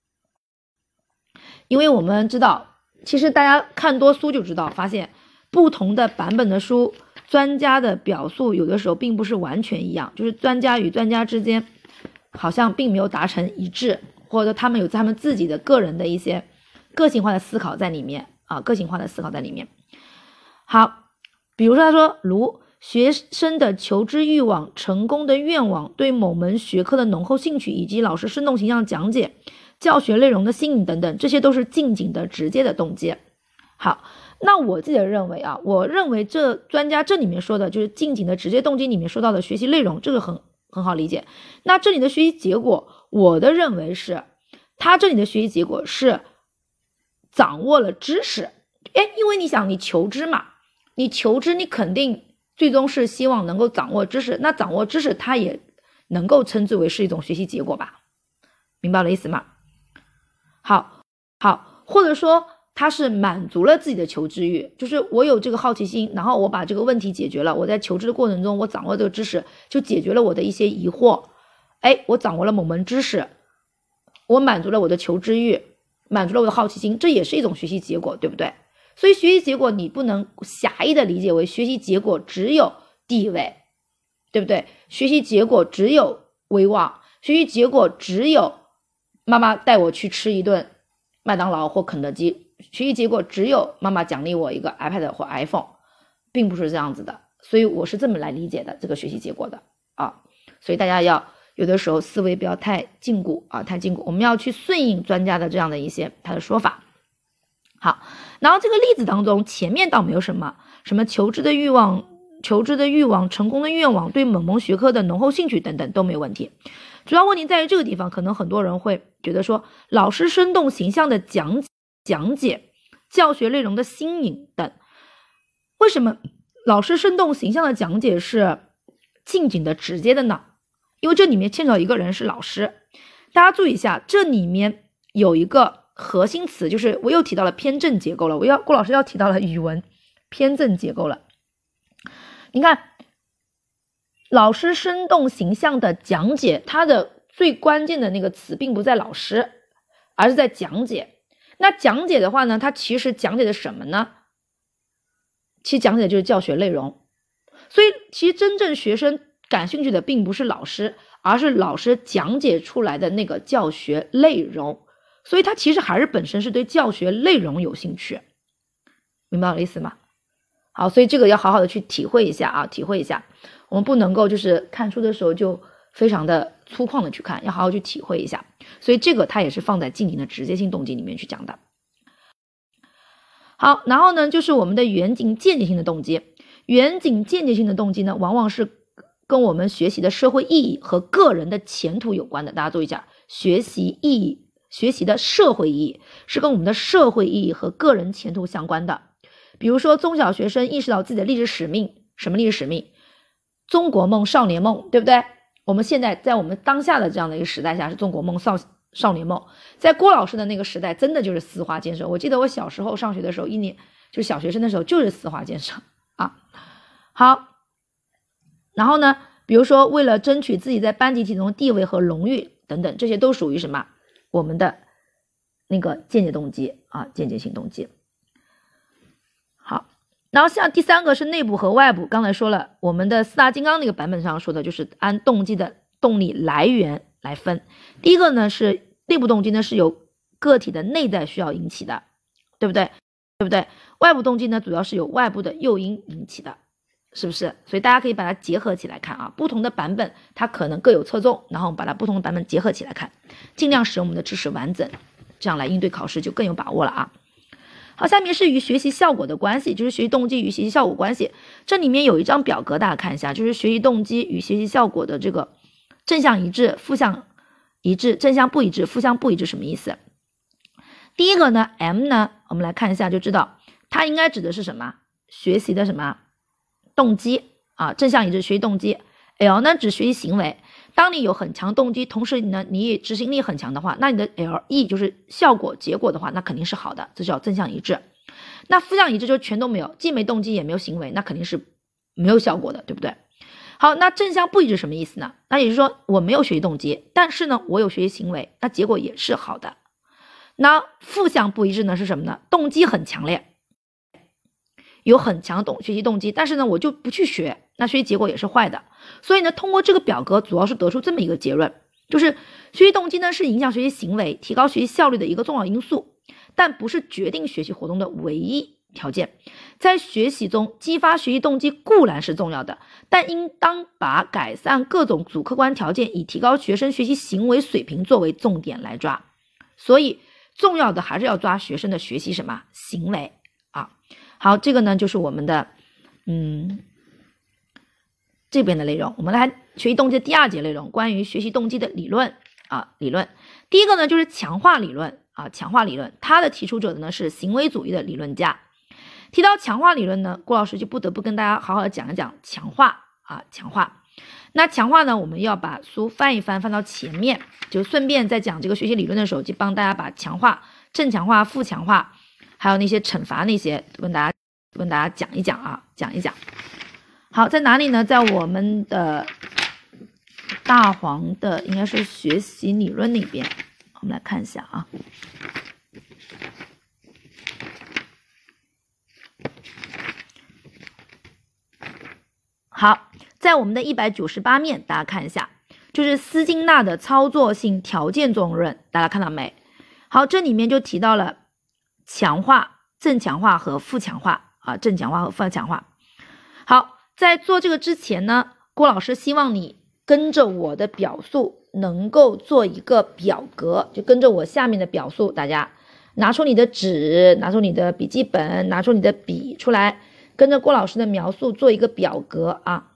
因为我们知道，其实大家看多书就知道，发现不同的版本的书，专家的表述有的时候并不是完全一样，就是专家与专家之间好像并没有达成一致，或者他们有他们自己的个人的一些个性化的思考在里面啊，个性化的思考在里面。好，比如说他说，如学生的求知欲望、成功的愿望、对某门学科的浓厚兴趣，以及老师生动形象讲解、教学内容的新颖等等，这些都是近景的直接的动机。好，那我自己的认为啊，我认为这专家这里面说的就是近景的直接动机里面说到的学习内容，这个很很好理解。那这里的学习结果， 我的认为是他这里的学习结果是掌握了知识。诶，因为你想你求知嘛，你求知你肯定最终是希望能够掌握知识，那掌握知识它也能够称之为是一种学习结果吧，明白了意思吗？好好，或者说他是满足了自己的求知欲，就是我有这个好奇心，然后我把这个问题解决了，我在求知的过程中我掌握这个知识，就解决了我的一些疑惑，哎，我掌握了某门知识，我满足了我的求知欲，满足了我的好奇心，这也是一种学习结果，对不对？所以学习结果你不能狭义的理解为学习结果只有地位，对不对？学习结果只有威望，学习结果只有妈妈带我去吃一顿麦当劳或肯德基，学习结果只有妈妈奖励我一个 iPad 或 iPhone， 并不是这样子的。所以我是这么来理解的这个学习结果的啊。所以大家要有的时候思维不要太禁锢啊，太禁锢，我们要去顺应专家的这样的一些他的说法。好，然后这个例子当中前面倒没有什么什么求知的欲望、求知的欲望、成功的愿望、对某门学科的浓厚兴趣等等都没有问题。主要问题在于这个地方，可能很多人会觉得说，老师生动形象的讲讲解、教学内容的新颖等，为什么老师生动形象的讲解是近景的直接的呢？因为这里面牵扯一个人是老师，大家注意一下，这里面有一个核心词，就是我又提到了偏正结构了，我要郭老师要提到了语文偏正结构了。你看，老师生动形象的讲解，它的最关键的那个词并不在老师，而是在讲解。那讲解的话呢，它其实讲解的什么呢？其实讲解的就是教学内容。所以其实真正学生感兴趣的并不是老师，而是老师讲解出来的那个教学内容。所以他其实还是本身是对教学内容有兴趣，明白我的意思吗？好，所以这个要好好的去体会一下啊，体会一下。我们不能够就是看书的时候就非常的粗犷的去看，要好好去体会一下。所以这个它也是放在近景的直接性动机里面去讲的。好，然后呢就是我们的远景间接性的动机。远景间接性的动机呢，往往是跟我们学习的社会意义和个人的前途有关的。大家注意一下，学习意义。学习的社会意义是跟我们的社会意义和个人前途相关的。比如说中小学生意识到自己的历史使命，什么历史使命？中国梦、少年梦，对不对？我们现在在我们当下的这样的一个时代下是中国梦、少少年梦，在郭老师的那个时代真的就是丝滑建设。我记得我小时候上学的时候，一年就是小学生的时候就是丝滑建设啊。好，然后呢，比如说为了争取自己在班级体中的地位和荣誉等等，这些都属于什么？我们的那个间接动机啊，间接性动机。好，然后像第三个是内部和外部，刚才说了，我们的四大金刚那个版本上说的就是按动机的动力来源来分。第一个呢是内部动机呢是由个体的内在需要引起的，对不对？对不对？外部动机呢主要是由外部的诱因引起的，是不是？所以大家可以把它结合起来看啊，不同的版本它可能各有侧重，然后我们把它不同的版本结合起来看，尽量使我们的知识完整，这样来应对考试就更有把握了啊。好，下面是与学习效果的关系，就是学习动机与学习效果关系。这里面有一张表格，大家看一下，就是学习动机与学习效果的这个正向一致、负向一致、正向不一致、负向不一致什么意思？第一个呢 M 呢，我们来看一下就知道，它应该指的是什么？学习的什么动机啊？正向一致学习动机。L 呢指学习行为，当你有很强动机，同时呢你也执行力很强的话，那你的 L E 就是效果结果的话，那肯定是好的，这叫正向一致。那负向一致就是全都没有，既没动机也没有行为，那肯定是没有效果的，对不对？好，那正向不一致什么意思呢？那也就是说我没有学习动机，但是呢我有学习行为，那结果也是好的。那负向不一致呢是什么呢？动机很强烈，有很强动学习动机，但是呢我就不去学，那学习结果也是坏的。所以呢通过这个表格主要是得出这么一个结论，就是学习动机呢是影响学习行为、提高学习效率的一个重要因素，但不是决定学习活动的唯一条件。在学习中激发学习动机固然是重要的，但应当把改善各种主客观条件以提高学生学习行为水平作为重点来抓。所以重要的还是要抓学生的学习什么行为啊。好，这个呢就是我们的嗯这边的内容。我们来学习动机的第二节内容，关于学习动机的理论啊理论。第一个呢就是强化理论啊，强化理论，它的提出者呢是行为主义的理论家。提到强化理论呢，郭老师就不得不跟大家好好的讲一讲强化啊，强化。那强化呢，我们要把书翻一翻，翻到前面，就顺便在讲这个学习理论的时候，就帮大家把强化、正强化、负强化，还有那些惩罚那些，跟大家跟大家讲一讲啊，讲一讲。好，在哪里呢？在我们的大黄的应该是学习理论那边，我们来看一下啊。好，在我们的一百九十八面，大家看一下，就是斯金纳的操作性条件作用论，大家看到没？好，这里面就提到了强化、正强化和负强化啊，正强化和负强化。好，在做这个之前呢，郭老师希望你跟着我的表述，能够做一个表格，就跟着我下面的表述，大家拿出你的纸，拿出你的笔记本，拿出你的笔出来。跟着郭老师的描述做一个表格啊。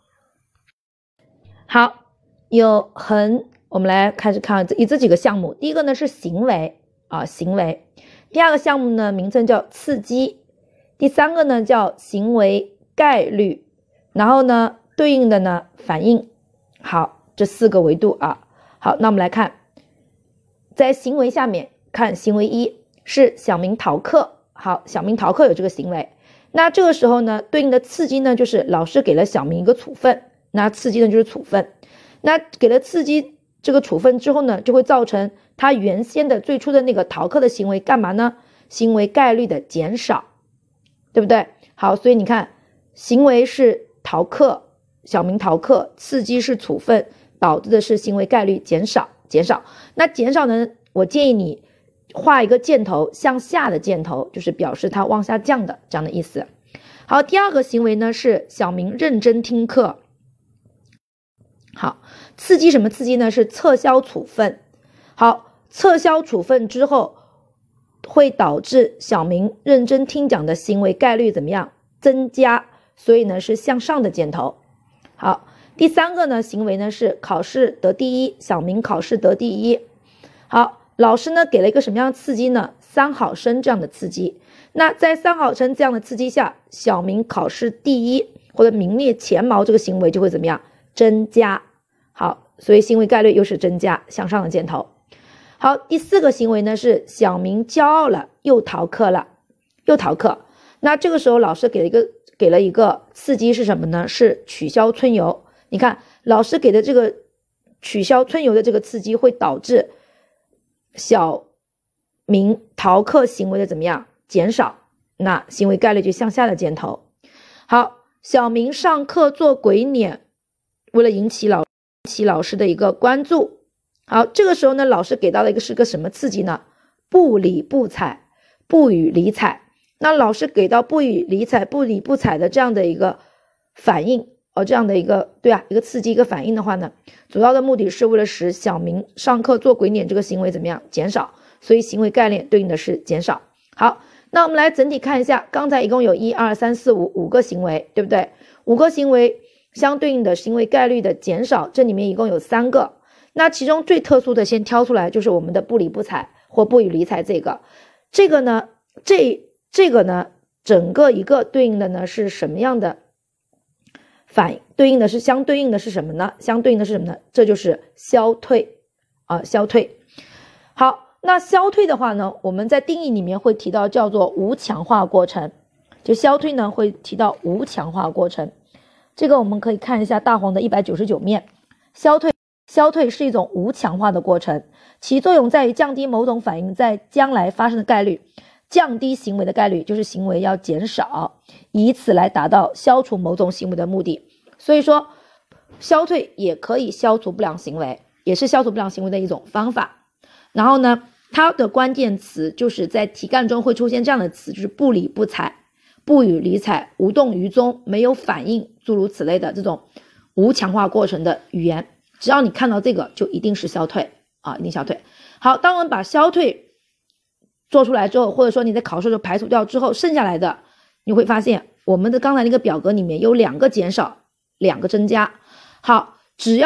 好，有横，我们来开始看以这几个项目。第一个呢是行为啊，行为。第二个项目呢名称叫刺激。第三个呢叫行为概率。然后呢对应的呢反应。好，这四个维度啊。好，那我们来看，在行为下面看行为一是小明逃课。好，小明逃课有这个行为。那这个时候呢，对应的刺激呢，就是老师给了小明一个处分，那刺激呢就是处分。那给了刺激这个处分之后呢，就会造成他原先的最初的那个逃课的行为干嘛呢？行为概率的减少，对不对？好，所以你看，行为是逃课，小明逃课，刺激是处分，导致的是行为概率减少，减少。那减少呢，我建议你画一个箭头，向下的箭头，就是表示它往下降的这样的意思。好，第二个行为呢是小明认真听课。好，刺激什么刺激呢？是撤销处分。好，撤销处分之后会导致小明认真听讲的行为概率怎么样？增加，所以呢是向上的箭头。好，第三个呢行为呢是考试得第一，小明考试得第一。好，老师呢给了一个什么样的刺激呢？三好生这样的刺激。那在三好生这样的刺激下，小明考试第一或者名列前茅这个行为就会怎么样？增加。好，所以行为概率又是增加，向上的箭头。好，第四个行为呢是小明骄傲了，又逃课了，又逃课。那这个时候老师给了一个给了一个刺激是什么呢？是取消春游。你看老师给的这个取消春游的这个刺激会导致小明逃课行为的怎么样？减少，那行为概率就向下的箭头。好，小明上课做鬼脸，为了引起老引起老师的一个关注。好，这个时候呢，老师给到了一个是个什么刺激呢？不理不睬，不予理睬。那老师给到不予理睬、不理不睬的这样的一个反应，哦，这样的一个对啊，一个刺激一个反应的话呢，主要的目的是为了使小明上课做鬼脸这个行为怎么样？减少，所以行为概率对应的是减少。好，那我们来整体看一下，刚才一共有一二三四五五个行为，对不对？五个行为相对应的行为概率的减少，这里面一共有三个。那其中最特殊的先挑出来，就是我们的不理不睬或不予理睬这个。这个呢，这这个呢，整个一个对应的呢是什么样的反应？对应的是相对应的是什么呢？相对应的是什么呢？这就是消退啊，消退。好。那消退的话呢，我们在定义里面会提到叫做无强化过程，就消退呢会提到无强化过程。这个我们可以看一下大黄的一百九十九面。消退消退是一种无强化的过程，其作用在于降低某种反应在将来发生的概率，降低行为的概率，就是行为要减少，以此来达到消除某种行为的目的。所以说消退也可以消除不良行为，也是消除不良行为的一种方法。然后呢，它的关键词就是在题干中会出现这样的词，就是不理不睬、不予理睬、无动于衷、没有反应，诸如此类的这种无强化过程的语言，只要你看到这个就一定是消退啊，一定消退。好，当我们把消退做出来之后，或者说你在考试的时候排除掉之后，剩下来的你会发现我们的刚才那个表格里面有两个减少，两个增加。好，只要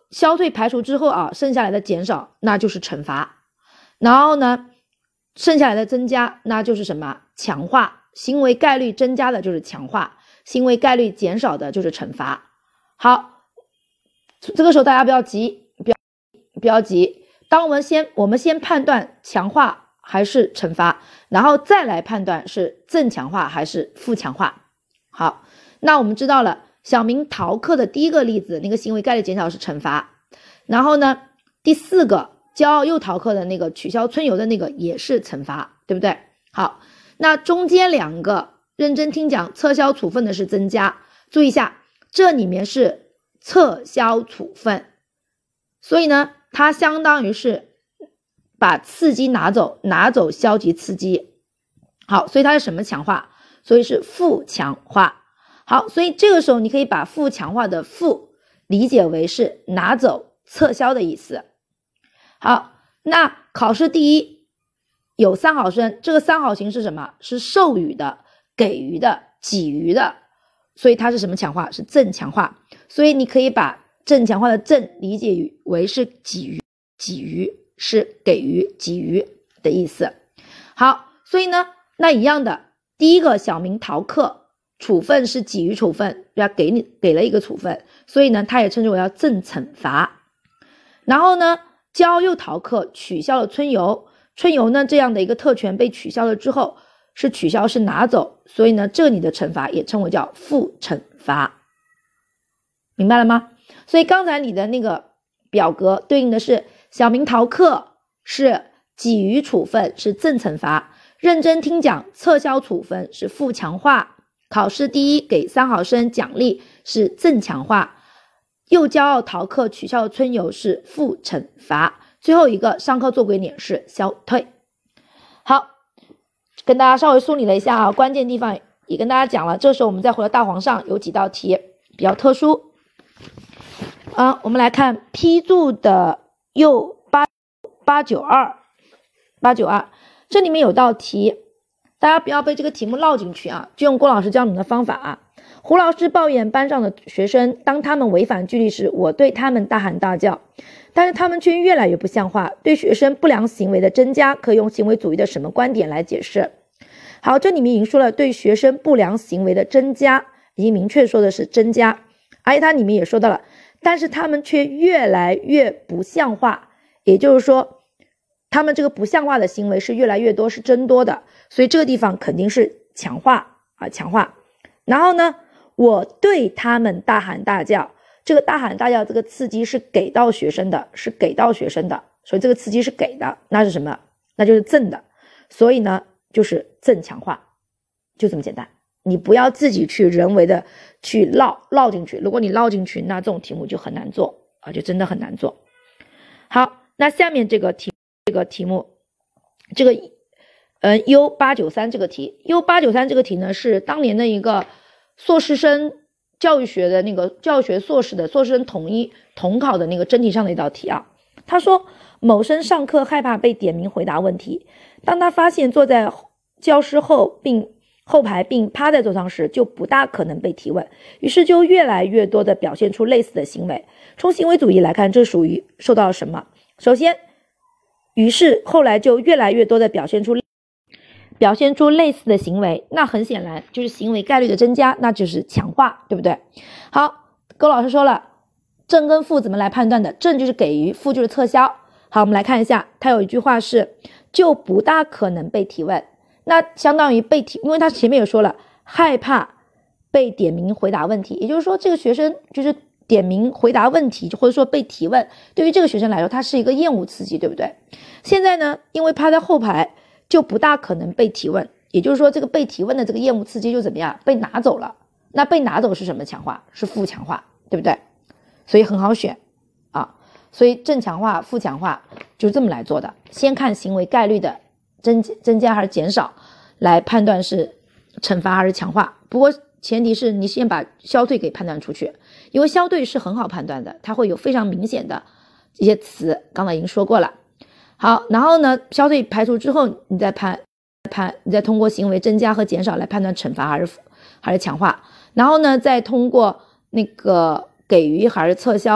消退排除之后啊，剩下来的减少那就是惩罚，然后呢剩下来的增加那就是什么？强化。行为概率增加的就是强化，行为概率减少的就是惩罚。好，这个时候大家不要急，不要不要急。当我们先我们先判断强化还是惩罚，然后再来判断是正强化还是负强化。好，那我们知道了，小明逃课的第一个例子，那个行为概率减少是惩罚。然后呢，第四个骄傲又逃课的那个取消春游的那个也是惩罚，对不对？好，那中间两个认真听讲撤销处分的是增加，注意一下，这里面是撤销处分，所以呢它相当于是把刺激拿走，拿走消极刺激。好，所以它是什么强化？所以是负强化。好，所以这个时候你可以把负强化的负理解为是拿走撤销的意思。好，那考试第一有三好生，这个三好型是什么？是授予的、给予的、给予的，所以它是什么强化？是正强化。所以你可以把正强化的正理解为是给予，给予是给予、给予的意思。好，所以呢，那一样的，第一个小明逃课，处分是给予处分，对吧？给你给了一个处分，所以呢，它也称之为要正惩罚。然后呢，骄傲又逃课，取消了春游。春游呢这样的一个特权被取消了之后，是取消是拿走，所以呢这里的惩罚也称为叫负惩罚，明白了吗？所以刚才你的那个表格对应的是小明逃课是给予处分是正惩罚，认真听讲撤销处分是负强化，考试第一给三好生奖励是正强化，又骄傲逃课取消春游是负惩罚，最后一个上课做鬼脸是消退。好，跟大家稍微梳理了一下啊，关键地方也跟大家讲了。这时候我们再回到大黄上，有几道题比较特殊。啊，我们来看批注的右八八九二八九二，这里面有道题，大家不要被这个题目绕进去啊，就用郭老师教你们的方法啊。胡老师抱怨班上的学生，当他们违反纪律时，我对他们大喊大叫，但是他们却越来越不像话。对学生不良行为的增加，可以用行为主义的什么观点来解释？好，这里面已经说了，对学生不良行为的增加，已经明确说的是增加，而且它里面也说到了，但是他们却越来越不像话，也就是说，他们这个不像话的行为是越来越多，是增多的，所以这个地方肯定是强化啊，强化。然后呢，我对他们大喊大叫，这个大喊大叫这个刺激是给到学生的，是给到学生的，所以这个刺激是给的，那是什么？那就是正的，所以呢就是正强化，就这么简单。你不要自己去人为的去绕绕进去，如果你绕进去，那这种题目就很难做啊，就真的很难做。好，那下面这个题这个题目，这个嗯 U 八九三 这个题 ，U 八九三 这个题呢是当年的一个硕士生教育学的那个教育学硕士的硕士生统一统考的那个真题上的一道题啊。他说某生上课害怕被点名回答问题，当他发现坐在教室后并后排并趴在桌上时，就不大可能被提问，于是就越来越多的表现出类似的行为。从行为主义来看，这属于受到了什么？首先，于是后来就越来越多的表现出表现出类似的行为，那很显然就是行为概率的增加，那就是强化，对不对？好，高老师说了，正跟负怎么来判断的？正就是给予，负就是撤销。好，我们来看一下，他有一句话是就不大可能被提问，那相当于被提，因为他前面有说了害怕被点名回答问题，也就是说这个学生就是点名回答问题，或者说被提问，对于这个学生来说它是一个厌恶刺激，对不对？现在呢，因为趴在后排就不大可能被提问，也就是说这个被提问的这个厌恶刺激就怎么样被拿走了，那被拿走是什么强化？是负强化，对不对？所以很好选啊，所以正强化负强化就这么来做的，先看行为概率的增增加还是减少来判断是惩罚还是强化，不过前提是你先把消退给判断出去，因为消退是很好判断的，它会有非常明显的一些词，刚才已经说过了。好，然后呢，消退排除之后，你再判判，你再通过行为增加和减少来判断惩罚还是还是强化，然后呢，再通过那个给予还是撤销，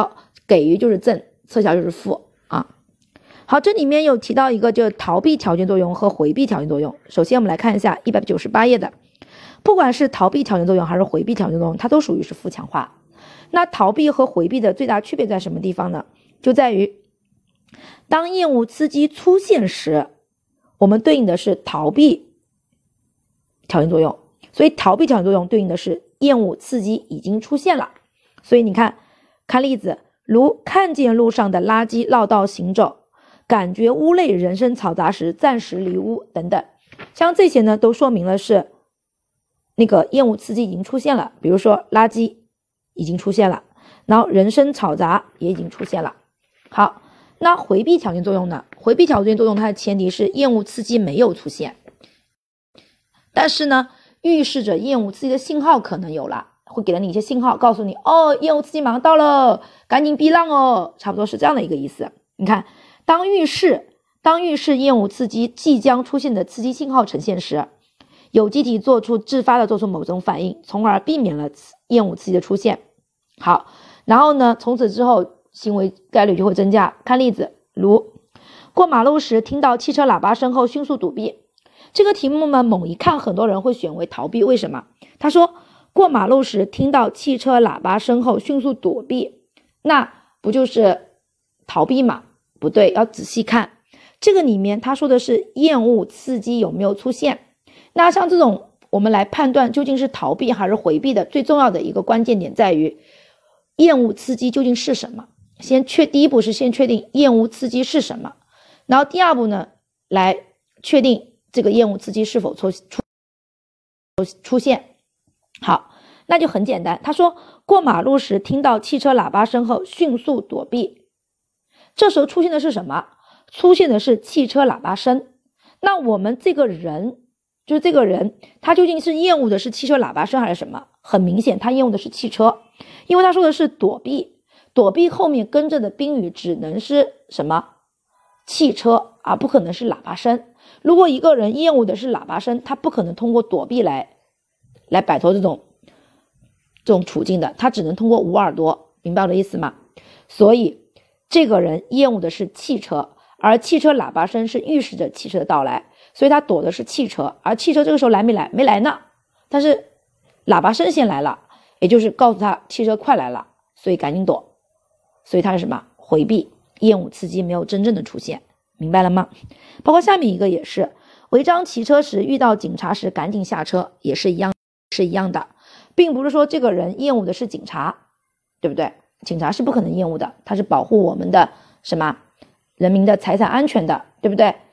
给予就是正，撤销就是负啊。好，这里面有提到一个就是逃避条件作用和回避条件作用。首先我们来看一下一百九十八页的，不管是逃避条件作用还是回避条件作用，它都属于是负强化。那逃避和回避的最大区别在什么地方呢？就在于当厌恶刺激出现时，我们对应的是逃避条件作用，所以逃避条件作用对应的是厌恶刺激已经出现了。所以你看，看例子，如看见路上的垃圾绕道行走，感觉屋内人声嘈杂时暂时离屋等等，像这些呢都说明了是那个厌恶刺激已经出现了，比如说垃圾已经出现了，然后人声嘈杂也已经出现了。好，那回避条件作用呢？回避条件作用它的前提是厌恶刺激没有出现，但是呢预示着厌恶刺激的信号可能有了，会给了你一些信号，告诉你哦，厌恶刺激马上到了，赶紧避让哦，差不多是这样的一个意思。你看，当预示当预示厌恶刺激即将出现的刺激信号呈现时，有机体做出自发的做出某种反应，从而避免了厌恶刺激的出现。好，然后呢，从此之后行为概率就会增加。看例子，如过马路时听到汽车喇叭声后迅速躲避。这个题目呢，猛一看很多人会选为逃避，为什么？他说过马路时听到汽车喇叭声后迅速躲避，那不就是逃避吗？不对，要仔细看，这个里面他说的是厌恶刺激有没有出现。那像这种我们来判断究竟是逃避还是回避的最重要的一个关键点在于厌恶刺激究竟是什么。先确第一步是先确定厌恶刺激是什么，然后第二步呢来确定这个厌恶刺激是否出出出现。好，那就很简单，他说过马路时听到汽车喇叭声后迅速躲避，这时候出现的是什么？出现的是汽车喇叭声。那我们这个人就是这个人他究竟是厌恶的是汽车喇叭声还是什么？很明显他厌恶的是汽车，因为他说的是躲避，躲避后面跟着的宾语只能是什么？汽车，而不可能是喇叭声。如果一个人厌恶的是喇叭声，他不可能通过躲避来来摆脱这种这种处境的，他只能通过捂耳朵，明白我的意思吗？所以这个人厌恶的是汽车，而汽车喇叭声是预示着汽车的到来，所以他躲的是汽车，而汽车这个时候来没来？没来呢，但是喇叭声先来了，也就是告诉他汽车快来了，所以赶紧躲，所以他是什么？回避，厌恶刺激没有真正的出现，明白了吗？包括下面一个也是，违章骑车时遇到警察时赶紧下车，也是一样是一样的，并不是说这个人厌恶的是警察，对不对？警察是不可能厌恶的，他是保护我们的什么人民的财产安全的，对不对？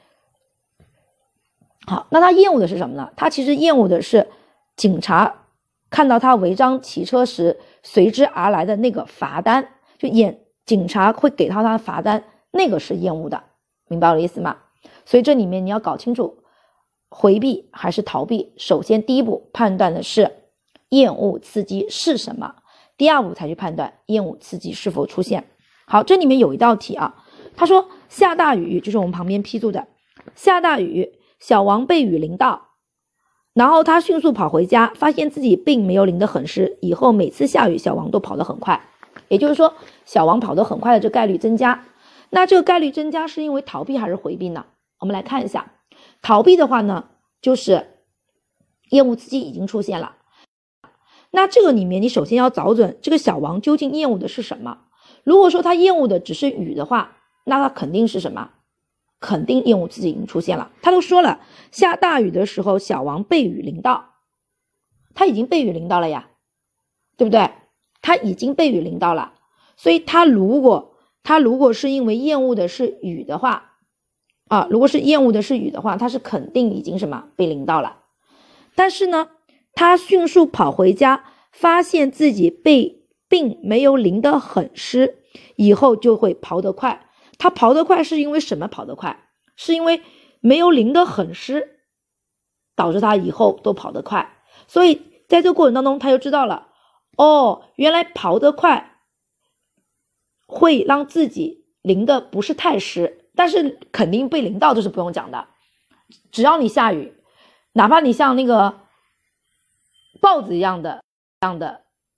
好，那他厌恶的是什么呢？他其实厌恶的是警察看到他违章骑车时随之而来的那个罚单，就眼警察会给他他的罚单，那个是厌恶的，明白我的意思吗？所以这里面你要搞清楚回避还是逃避。首先第一步判断的是厌恶刺激是什么，第二步才去判断厌恶刺激是否出现。好，这里面有一道题啊，他说下大雨，就是我们旁边批注的，下大雨，小王被雨淋到，然后他迅速跑回家，发现自己并没有淋得很湿，以后每次下雨小王都跑得很快，也就是说小王跑得很快的这概率增加。那这个概率增加是因为逃避还是回避呢？我们来看一下，逃避的话呢，就是厌恶刺激已经出现了。那这个里面你首先要找准这个小王究竟厌恶的是什么。如果说他厌恶的只是雨的话，那他肯定是什么？肯定厌恶刺激已经出现了。他都说了，下大雨的时候小王被雨淋到，他已经被雨淋到了呀，对不对？他已经被雨淋到了，所以他如果他如果是因为厌恶的是雨的话啊，如果是厌恶的是雨的话，他是肯定已经什么被淋到了。但是呢，他迅速跑回家，发现自己被并没有淋得很湿，以后就会跑得快。他跑得快是因为什么跑得快？是因为没有淋得很湿，导致他以后都跑得快。所以在这个过程当中，他就知道了，哦，原来跑得快会让自己淋得不是太湿，但是肯定被淋到，这是不用讲的。只要你下雨，哪怕你像那个豹子一样的这样的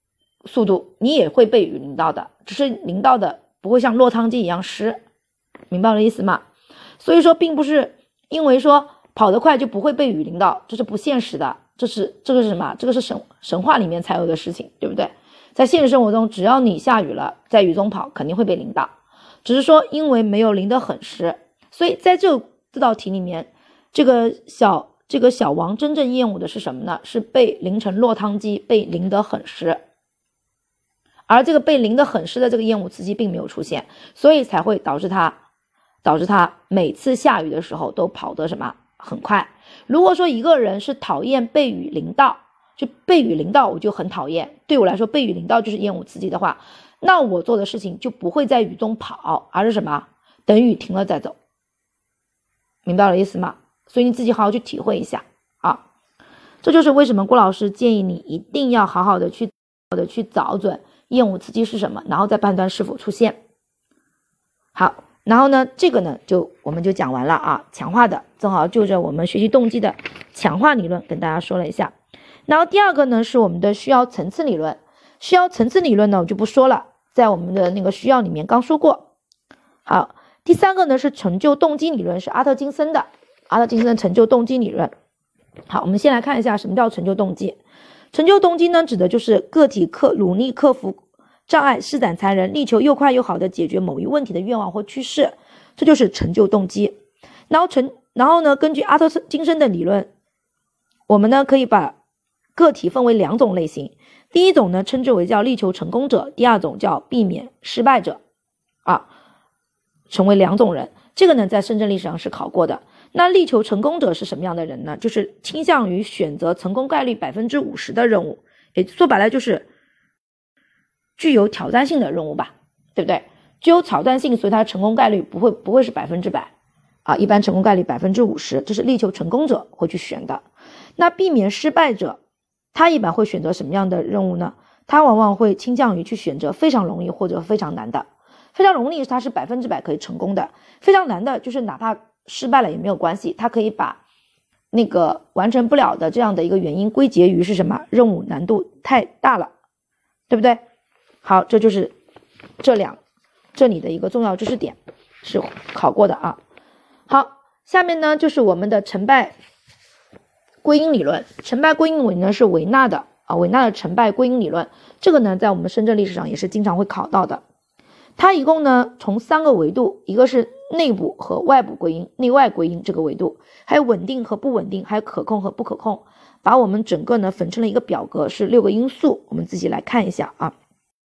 速度，你也会被雨淋到的，只是淋到的不会像落汤鸡一样湿，明白我的意思吗？所以说并不是因为说跑得快就不会被雨淋到，这是不现实的，这是这个是什么？这个是神神话里面才有的事情，对不对？在现实生活中，只要你下雨了，在雨中跑肯定会被淋到，只是说因为没有淋得很湿，所以在这这道题里面，这个小这个小王真正厌恶的是什么呢？是被淋成落汤鸡，被淋得很湿。而这个被淋得很湿的这个厌恶刺激并没有出现，所以才会导致他导致他每次下雨的时候都跑得什么很快。如果说一个人是讨厌被雨淋到，就被雨淋到我就很讨厌，对我来说被雨淋到就是厌恶刺激的话，那我做的事情就不会在雨中跑，而是什么？等雨停了再走。明白了意思吗？所以你自己好好去体会一下啊。这就是为什么郭老师建议你一定要好好的去好好的去找准厌恶刺激是什么，然后再判断是否出现。好，然后呢，这个呢就我们就讲完了啊，强化的正好就着我们学习动机的强化理论跟大家说了一下。然后第二个呢是我们的需要层次理论，需要层次理论呢我就不说了，在我们的那个需要里面刚说过。好，第三个呢是成就动机理论，是阿特金森的阿特金森的成就动机理论。好，我们先来看一下什么叫成就动机。成就动机呢，指的就是个体克努力克服障碍，施展才能，力求又快又好的解决某一问题的愿望或趋势，这就是成就动机。然后成，然后呢，根据阿特金森的理论，我们呢可以把个体分为两种类型。第一种呢，称之为叫力求成功者；第二种叫避免失败者，啊，成为两种人。这个呢，在深圳历史上是考过的。那力求成功者是什么样的人呢？就是倾向于选择成功概率 百分之五十 的任务，也说白了就是具有挑战性的任务吧，对不对？具有挑战性，所以它的成功概率不会不会是百分之百啊，一般成功概率 百分之五十， 这是力求成功者会去选的。那避免失败者，他一般会选择什么样的任务呢？他往往会倾向于去选择非常容易或者非常难的。非常容易它是百分之百可以成功的，非常难的就是哪怕失败了也没有关系，它可以把那个完成不了的这样的一个原因归结于是什么？任务难度太大了，对不对？好，这就是这两这里的一个重要知识点是考过的啊。好，下面呢就是我们的成败归因理论。成败归因理论呢是维纳的啊，维纳的成败归因理论，这个呢在我们深圳历史上也是经常会考到的。它一共呢从三个维度，一个是内部和外部归因，内外归因这个维度，还有稳定和不稳定，还有可控和不可控，把我们整个呢分成了一个表格，是六个因素，我们自己来看一下啊。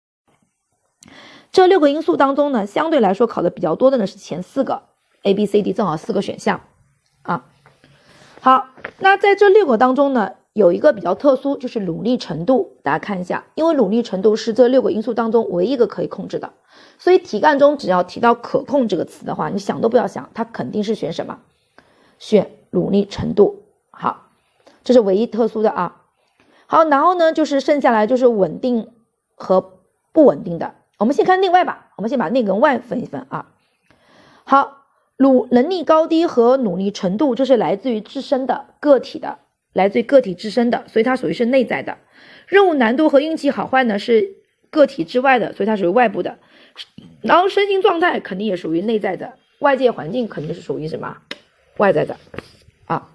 这六个因素当中呢，相对来说考的比较多的呢是前四个 A B C D， 正好四个选项啊。好，那在这六个当中呢，有一个比较特殊，就是努力程度，大家看一下，因为努力程度是这六个因素当中唯一一个可以控制的，所以题干中只要提到可控这个词的话，你想都不要想，它肯定是选什么？选努力程度。好，这是唯一特殊的啊。好，然后呢，就是剩下来就是稳定和不稳定的。我们先看内外吧，我们先把内跟外分一分啊。好，努能力高低和努力程度，这是来自于自身的个体的。来自于个体自身的，所以它属于是内在的。任务难度和运气好坏呢是个体之外的，所以它属于外部的。然后身心状态肯定也属于内在的，外界环境肯定是属于什么？外在的啊。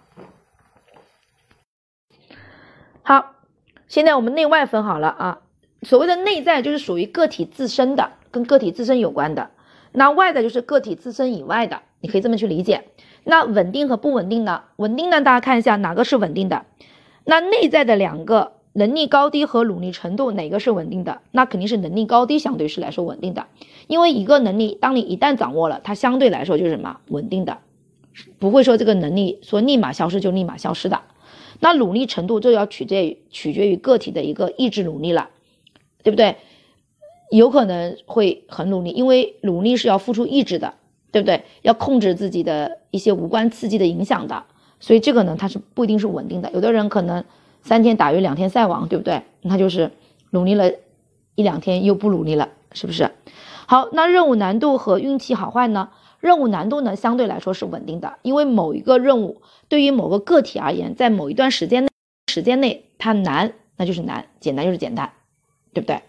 好，现在我们内外分好了啊。所谓的内在就是属于个体自身的，跟个体自身有关的。那外在就是个体自身以外的，你可以这么去理解。那稳定和不稳定呢？稳定呢，大家看一下哪个是稳定的？那内在的两个能力高低和努力程度哪个是稳定的？那肯定是能力高低相对是来说稳定的，因为一个能力当你一旦掌握了，它相对来说就是什么？稳定的，不会说这个能力说立马消失就立马消失的。那努力程度这要取决于取决于个体的一个意志努力了，对不对？有可能会很努力，因为努力是要付出意志的，对不对？要控制自己的一些无关刺激的影响的，所以这个呢，它是不一定是稳定的。有的人可能三天打鱼两天晒网，对不对？那就是努力了一两天又不努力了，是不是？好，那任务难度和运气好坏呢？任务难度呢，相对来说是稳定的，因为某一个任务对于某个个体而言，在某一段时间内时间内它难，那就是难；简单就是简单，对不对？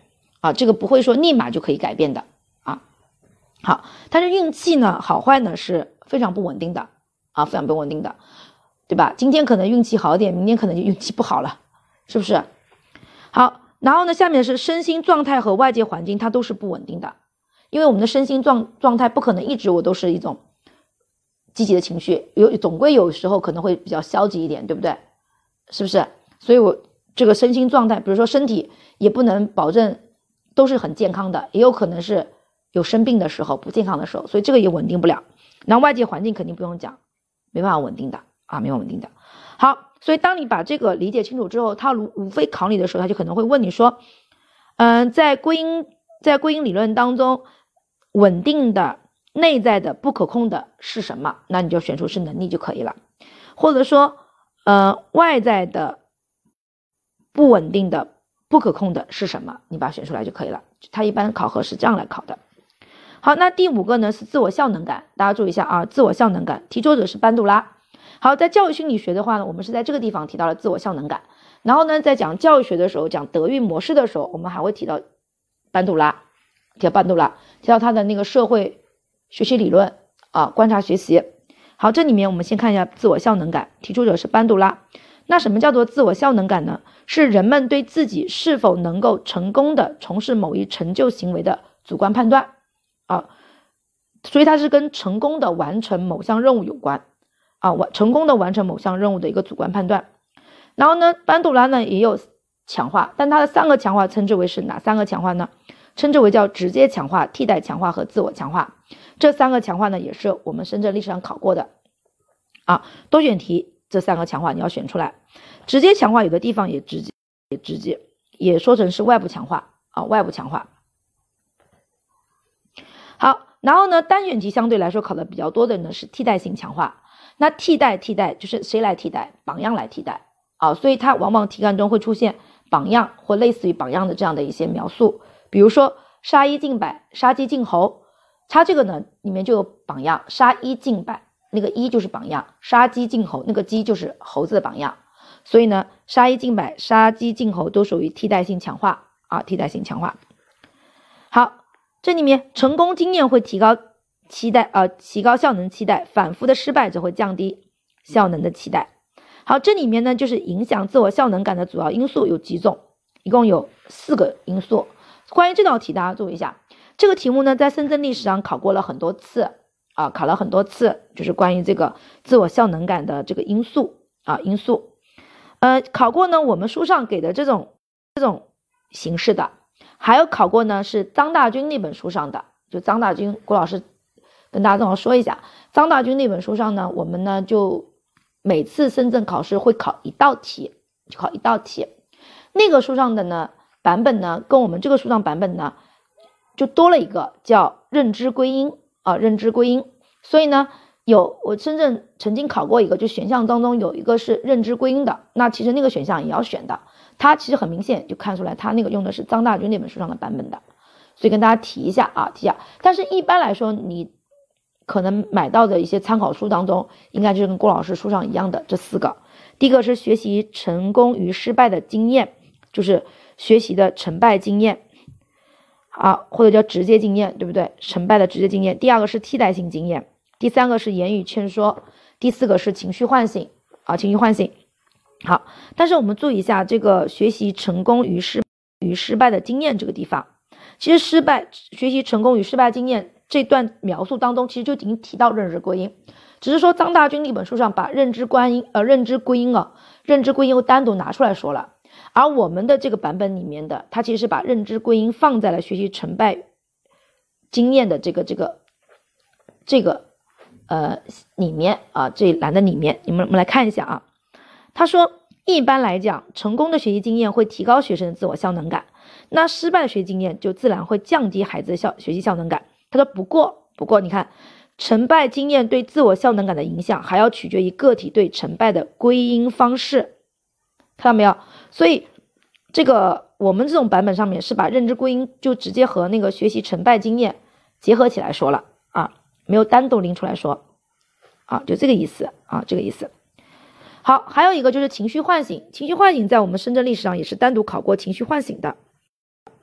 啊，这个不会说立马就可以改变的啊。好，但是运气呢，好坏呢是非常不稳定的啊，非常不稳定的，对吧？今天可能运气好点，明天可能就运气不好了，是不是？好，然后呢，下面是身心状态和外界环境，它都是不稳定的，因为我们的身心状状态不可能一直我都是一种积极的情绪，有总归有时候可能会比较消极一点，对不对？是不是？所以我这个身心状态，比如说身体也不能保证都是很健康的，也有可能是有生病的时候，不健康的时候，所以这个也稳定不了。然后外界环境肯定不用讲，没办法稳定的啊，没有稳定的。好，所以当你把这个理解清楚之后，他无非考你的时候，他就可能会问你说，嗯、呃，在归因在归因理论当中，稳定的内在的不可控的是什么？那你就选出是能力就可以了，或者说，呃，外在的不稳定的不可控的是什么？你把它选出来就可以了。他一般考核是这样来考的。好，那第五个呢是自我效能感，大家注意一下啊，自我效能感，提出者是班杜拉。好，在教育心理学的话呢，我们是在这个地方提到了自我效能感，然后呢，在讲教育学的时候，讲德育模式的时候，我们还会提到班杜拉，提到班杜拉，提到他的那个社会学习理论啊，观察学习。好，这里面我们先看一下自我效能感，提出者是班杜拉。那什么叫做自我效能感呢？是人们对自己是否能够成功的从事某一成就行为的主观判断啊，所以它是跟成功的完成某项任务有关啊，完成功的完成某项任务的一个主观判断。然后呢，班杜拉呢也有强化，但它的三个强化称之为是哪三个强化呢？称之为叫直接强化、替代强化和自我强化。这三个强化呢，也是我们深圳历史上考过的啊，多选题这三个强化你要选出来。直接强化有的地方也直接也直接也说成是外部强化啊，外部强化。好，然后呢，单选题相对来说考的比较多的呢是替代性强化。那替代替代就是谁来替代？榜样来替代啊，所以它往往题干中会出现榜样或类似于榜样的这样的一些描述，比如说杀一儆百，杀鸡儆猴，它这个呢里面就有榜样，杀一儆百，那个一就是榜样，杀鸡儆猴，那个鸡就是猴子的榜样，所以呢杀一儆百，杀鸡儆猴都属于替代性强化啊，替代性强化。好，这里面成功经验会提高期待呃，提高效能期待，反复的失败则会降低效能的期待。好，这里面呢就是影响自我效能感的主要因素有几种，一共有四个因素。关于这道题大家注意一下，这个题目呢在深圳历史上考过了很多次啊，考了很多次，就是关于这个自我效能感的这个因素啊因素。呃，考过呢我们书上给的这种这种形式的，还有考过呢是张大军那本书上的，就张大军郭老师跟大家正好说一下，张大军那本书上呢，我们呢就每次深圳考试会考一道题，就考一道题。那个书上的呢版本呢，跟我们这个书上版本呢，就多了一个叫认知归因啊，认知归因。所以呢，有我深圳曾经考过一个，就选项当中有一个是认知归因的，那其实那个选项也要选的。它其实很明显就看出来，它那个用的是张大军那本书上的版本的，所以跟大家提一下啊，提一下。但是一般来说，你可能买到的一些参考书当中，应该就是跟郭老师书上一样的这四个。第一个是学习成功与失败的经验，就是学习的成败经验啊，或者叫直接经验，对不对？成败的直接经验。第二个是替代性经验，第三个是言语劝说，第四个是情绪唤醒啊，情绪唤醒。好，但是我们注意一下这个学习成功与失与失败的经验这个地方，其实失败学习成功与失败经验这段描述当中，其实就已经提到认知归因，只是说张大军那本书上把认知归因呃认知归因啊认知归因又单独拿出来说了，而我们的这个版本里面的，它其实是把认知归因放在了学习成败经验的这个这个这个呃里面啊，这一栏的里面，你们我们来看一下啊。他说一般来讲，成功的学习经验会提高学生的自我效能感，那失败的学习经验就自然会降低孩子的效学习效能感。他说不过不过你看，成败经验对自我效能感的影响还要取决于个体对成败的归因方式，看到没有？所以这个我们这种版本上面是把认知归因就直接和那个学习成败经验结合起来说了啊，没有单独拎出来说啊，就这个意思啊，这个意思。好，还有一个就是情绪唤醒，情绪唤醒在我们深圳历史上也是单独考过情绪唤醒的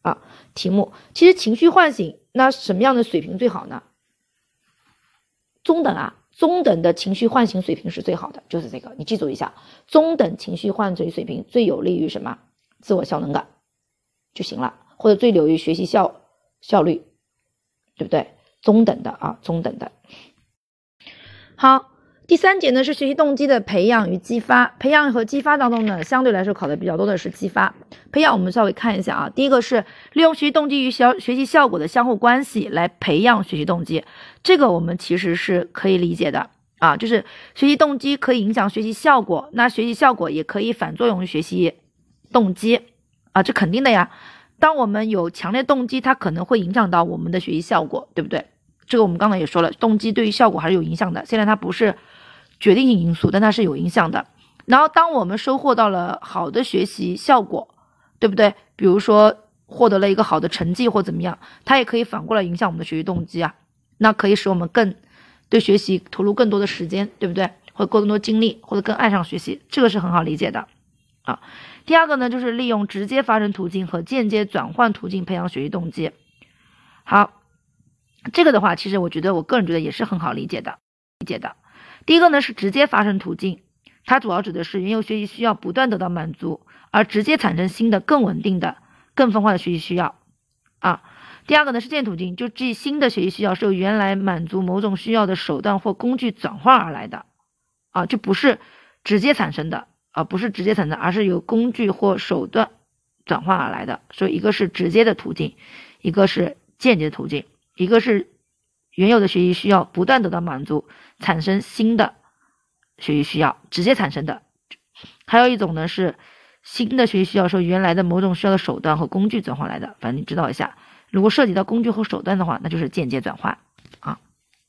啊。题目其实情绪唤醒，那什么样的水平最好呢？中等啊，中等的情绪唤醒水平是最好的，就是这个，你记住一下，中等情绪唤醒水平最有利于什么？自我效能感就行了，或者最有利于学习效效率，对不对？中等的啊，中等的。好，第三节呢是学习动机的培养与激发。培养和激发当中呢，相对来说考的比较多的是激发。培养我们稍微看一下啊，第一个是利用学习动机与学习效果的相互关系来培养学习动机，这个我们其实是可以理解的啊，就是学习动机可以影响学习效果，那学习效果也可以反作用于学习动机啊，这肯定的呀。当我们有强烈动机，它可能会影响到我们的学习效果，对不对？这个我们刚才也说了，动机对于效果还是有影响的，虽然它不是决定性因素，但它是有影响的。然后当我们收获到了好的学习效果，对不对？比如说获得了一个好的成绩或怎么样，它也可以反过来影响我们的学习动机啊，那可以使我们更对学习投入更多的时间，对不对？或者更多精力，或者更爱上学习，这个是很好理解的啊。第二个呢，就是利用直接发生途径和间接转换途径培养学习动机。好，这个的话，其实我觉得我个人觉得也是很好理解的。理解的。第一个呢是直接发生途径，它主要指的是原有学习需要不断得到满足，而直接产生新的、更稳定的、更分化的学习需要啊。第二个呢是间接途径，就即新的学习需要是由原来满足某种需要的手段或工具转换而来的啊，就不是直接产生的。啊，不是直接产生，而是由工具或手段转换而来的。所以一个是直接的途径，一个是间接的途径，一个是原有的学习需要不断得到满足，产生新的学习需要，直接产生的。还有一种呢是新的学习需要是由原来的某种需要的手段和工具转换来的。反正你知道一下，如果涉及到工具或手段的话，那就是间接转换啊。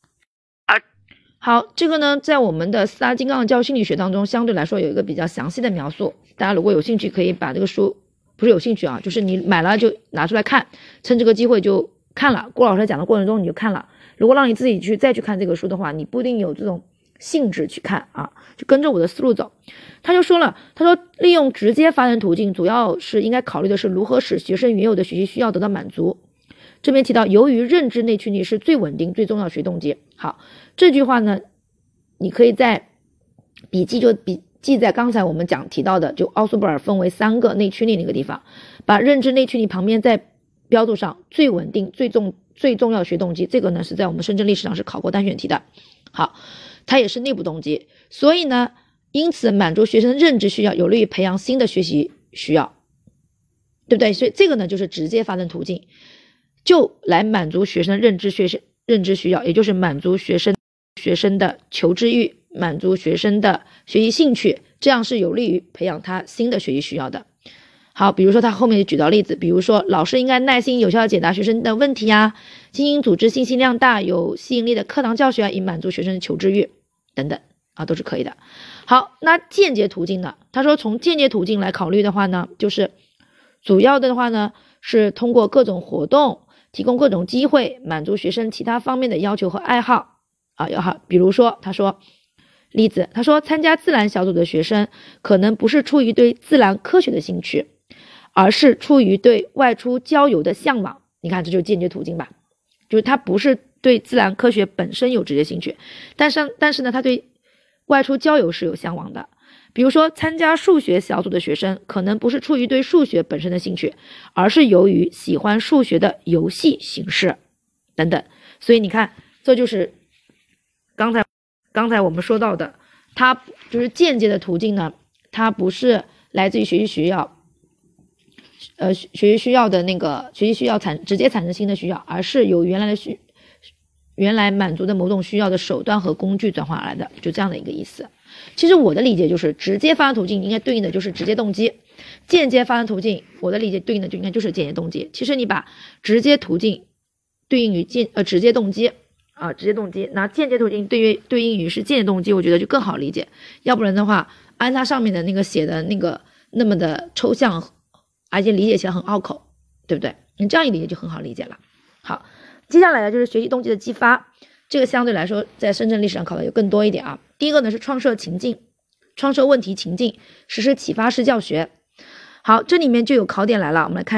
好，这个呢，在我们的四大金刚教育心理学当中，相对来说有一个比较详细的描述。大家如果有兴趣，可以把这个书，不是有兴趣啊，就是你买了就拿出来看，趁这个机会就看了。郭老师讲的过程中你就看了。如果让你自己去再去看这个书的话，你不一定有这种兴致去看啊，就跟着我的思路走。他就说了，他说利用直接发生途径，主要是应该考虑的是如何使学生原有的学习需要得到满足。这边提到，由于认知内驱力是最稳定、最重要的学习动机。好，这句话呢，你可以在笔记就笔记在刚才我们讲提到的，就奥苏贝尔分为三个内驱力那个地方，把认知内驱力旁边再标注上最稳定、最重、最重要的学习动机。这个呢是在我们深圳历史上是考过单选题的。好，它也是内部动机，所以呢，因此满足学生的认知需要，有利于培养新的学习需要，对不对？所以这个呢就是直接发生途径。就来满足学生认知学生认知需要，也就是满足学生学生的求知欲，满足学生的学习兴趣，这样是有利于培养他新的学习需要的。好，比如说他后面举到例子，比如说老师应该耐心有效地解答学生的问题啊，精心组织信息量大有吸引力的课堂教学啊，以满足学生的求知欲等等啊，都是可以的。好，那间接途径呢？他说从间接途径来考虑的话呢，就是主要的话呢是通过各种活动提供各种机会，满足学生其他方面的要求和爱好啊，要好，比如说他说例子，他说参加自然小组的学生可能不是出于对自然科学的兴趣，而是出于对外出郊游的向往。你看，这就是间接途径吧，就是他不是对自然科学本身有直接兴趣，但是但是呢，他对外出郊游是有向往的。比如说参加数学小组的学生可能不是出于对数学本身的兴趣，而是由于喜欢数学的游戏形式等等。所以你看，这就是刚才刚才我们说到的，它就是间接的途径呢，它不是来自于学习需要呃学习需要的那个学习需要产直接产生新的需要，而是由原来的需原来满足的某种需要的手段和工具转换而来的，就这样的一个意思。其实我的理解就是直接发生途径应该对应的就是直接动机，间接发生途径我的理解对应的就应该就是间接动机。其实你把直接途径对应于间呃直接动机啊直接动机，拿间接途径对于对应于是间接动机，我觉得就更好理解。要不然的话，按它上面的那个写的那个那么的抽象，而且理解起来很拗口，对不对？你这样一理解就很好理解了。好，接下来呢就是学习动机的激发。这个相对来说在深圳历史上考的有更多一点啊。第一个呢是创设情境，创设问题情境，实施启发式教学。好，这里面就有考点来了，我们来看一下。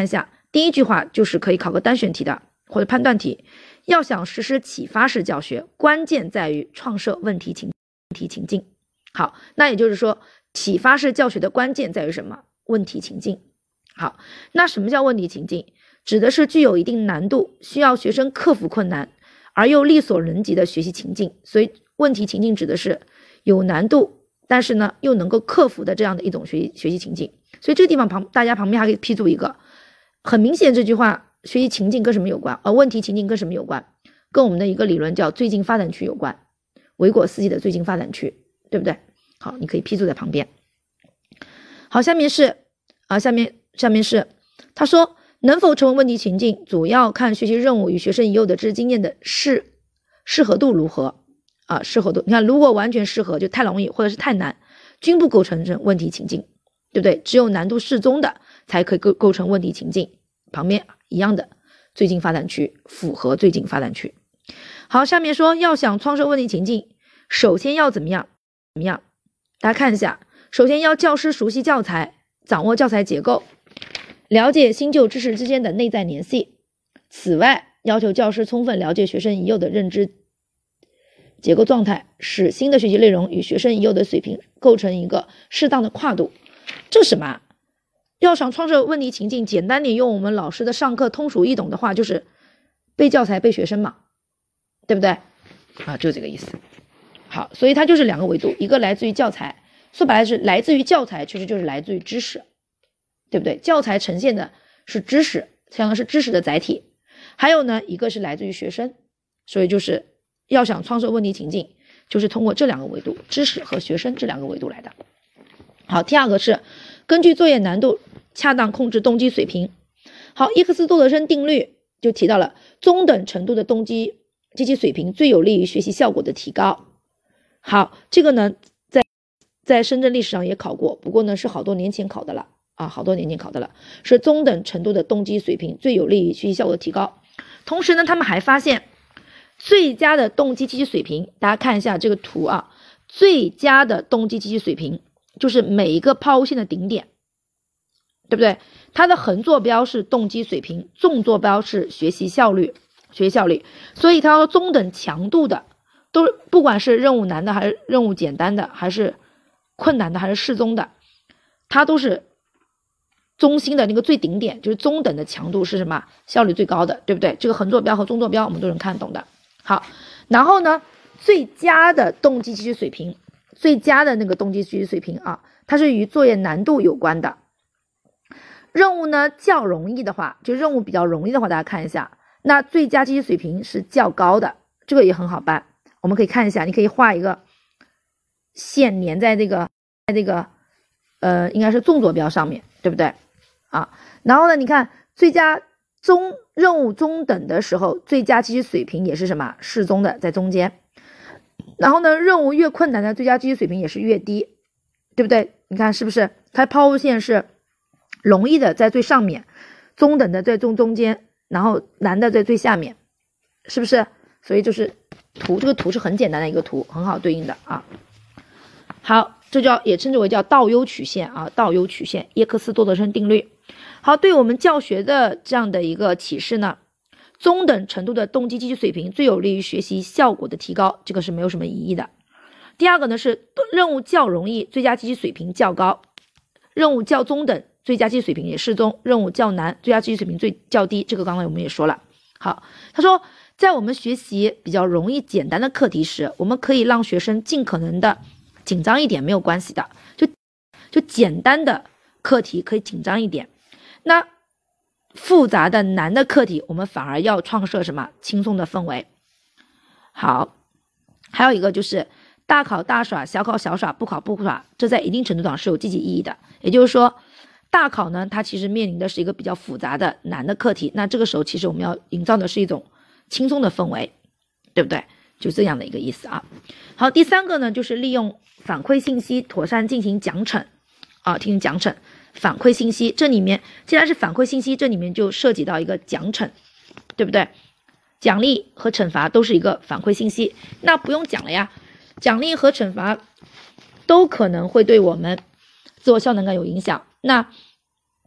第一句话就是可以考个单选题的或者判断题，要想实施启发式教学，关键在于创设问题情问题情境。好，那也就是说启发式教学的关键在于什么？问题情境。好，那什么叫问题情境？指的是具有一定难度，需要学生克服困难而又力所能及的学习情境。所以问题情境指的是有难度但是呢又能够克服的这样的一种学习学习情境。所以这个地方旁大家旁边还可以批注一个，很明显这句话学习情境跟什么有关？而问题情境跟什么有关？跟我们的一个理论叫最近发展区有关，维果斯基的最近发展区，对不对？好，你可以批注在旁边。好，下面是啊，下面下面是他说能否成为问题情境，主要看学习任务与学生已有的知识经验的适适合度如何啊，适合度。你看，如果完全适合就太容易，或者是太难，均不构成成问题情境，对不对？只有难度适中的才可以构构成问题情境。旁边一样的，最近发展区符合最近发展区。好，下面说要想创设问题情境，首先要怎么样？怎么样？大家看一下，首先要教师熟悉教材，掌握教材结构，了解新旧知识之间的内在联系。此外，要求教师充分了解学生已有的认知结构状态，使新的学习内容与学生已有的水平构成一个适当的跨度。这是什么？要想创设问题情境，简单点用我们老师的上课通俗易懂的话，就是背教材背学生嘛，对不对啊？就这个意思。好，所以它就是两个维度，一个来自于教材，说白了是来自于教材，其实就是来自于知识，对不对？教材呈现的是知识，相当于是知识的载体。还有呢，一个是来自于学生，所以就是要想创设问题情境，就是通过这两个维度，知识和学生这两个维度来的。好，第二个是根据作业难度恰当控制动机水平。好，伊克斯多德森定律就提到了中等程度的动机机器水平最有利于学习效果的提高。好，这个呢在在深圳历史上也考过，不过呢是好多年前考的了啊，好多年前考的了，是中等程度的动机水平最有利于学习效果的提高。同时呢，他们还发现最佳的动机机器水平，大家看一下这个图啊，最佳的动机机器水平就是每一个抛物线的顶点，对不对？它的横坐标是动机水平，纵坐标是学习效率，学习效率。所以它说中等强度的，都不管是任务难的还是任务简单的，还是困难的还是适中的，它都是中心的那个最顶点，就是中等的强度是什么？效率最高的，对不对？这个横坐标和纵坐标我们都能看懂的。好，然后呢，最佳的动机机器水平，最佳的那个动机机器水平啊，它是与作业难度有关的。任务呢较容易的话，就任务比较容易的话，大家看一下，那最佳机器水平是较高的，这个也很好办。我们可以看一下，你可以画一个线连在这个在这个呃应该是纵坐标上面，对不对啊？然后呢，你看最佳中任务中等的时候，最佳机器水平也是什么？适中的，在中间。然后呢，任务越困难的最佳机器水平也是越低，对不对？你看是不是？它抛物线是容易的在最上面，中等的在中中间，然后难的在最下面，是不是？所以就是图，这个图是很简单的一个图，很好对应的啊。好，这叫也称之为叫倒 U 曲线啊，倒 U 曲线，耶克斯多德森定律。好，对我们教学的这样的一个启示呢，中等程度的动机机器水平最有利于学习效果的提高，这个是没有什么疑义的。第二个呢是任务较容易，最佳机器水平较高；任务较中等，最佳机器水平也适中；任务较难，最佳机器水平最较低。这个刚才我们也说了。好，他说在我们学习比较容易简单的课题时，我们可以让学生尽可能的紧张一点，没有关系的，就就简单的课题可以紧张一点。那复杂的难的课题，我们反而要创设什么轻松的氛围。好，还有一个就是大考大耍，小考小耍，不考不耍，这在一定程度上是有积极意义的。也就是说，大考呢，它其实面临的是一个比较复杂的难的课题，那这个时候其实我们要营造的是一种轻松的氛围，对不对？就这样的一个意思啊。好，第三个呢，就是利用反馈信息妥善进行奖惩啊，进行奖惩。反馈信息，这里面既然是反馈信息，这里面就涉及到一个奖惩，对不对？奖励和惩罚都是一个反馈信息，那不用讲了呀，奖励和惩罚都可能会对我们自我效能感有影响。那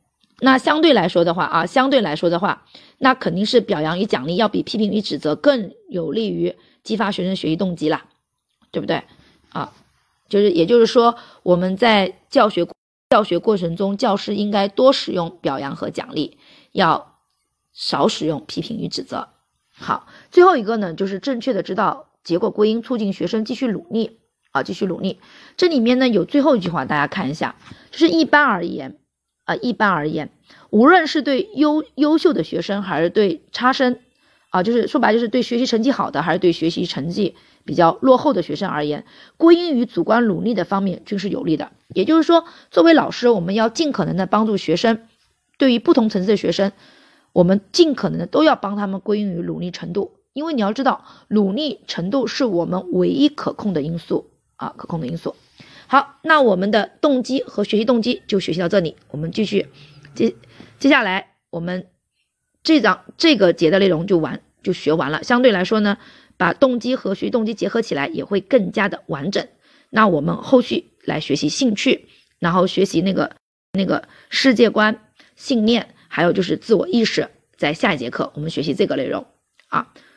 那相对来说的话啊，相对来说的话，那肯定是表扬与奖励要比批评与指责更有利于激发学生学习动机啦，对不对啊？就是也就是说，我们在教学教学过程中，教师应该多使用表扬和奖励，要少使用批评与指责。好，最后一个呢，就是正确的知道结果归因，促进学生继续努力啊，继续努力。这里面呢有最后一句话，大家看一下，就是一般而言啊，一般而言，无论是对优优秀的学生，还是对差生啊，就是说白就是对学习成绩好的，还是对学习成绩比较落后的学生而言，归因于主观努力的方面均是有利的。也就是说，作为老师，我们要尽可能的帮助学生，对于不同层次的学生，我们尽可能的都要帮他们归因于努力程度，因为你要知道，努力程度是我们唯一可控的因素啊，可控的因素。好，那我们的动机和学习动机就学习到这里，我们继续接接下来我们这章这个节的内容就完就学完了。相对来说呢，把动机和学习动机结合起来也会更加的完整。那我们后续来学习兴趣，然后学习那个那个世界观、信念，还有就是自我意识，在下一节课我们学习这个内容啊。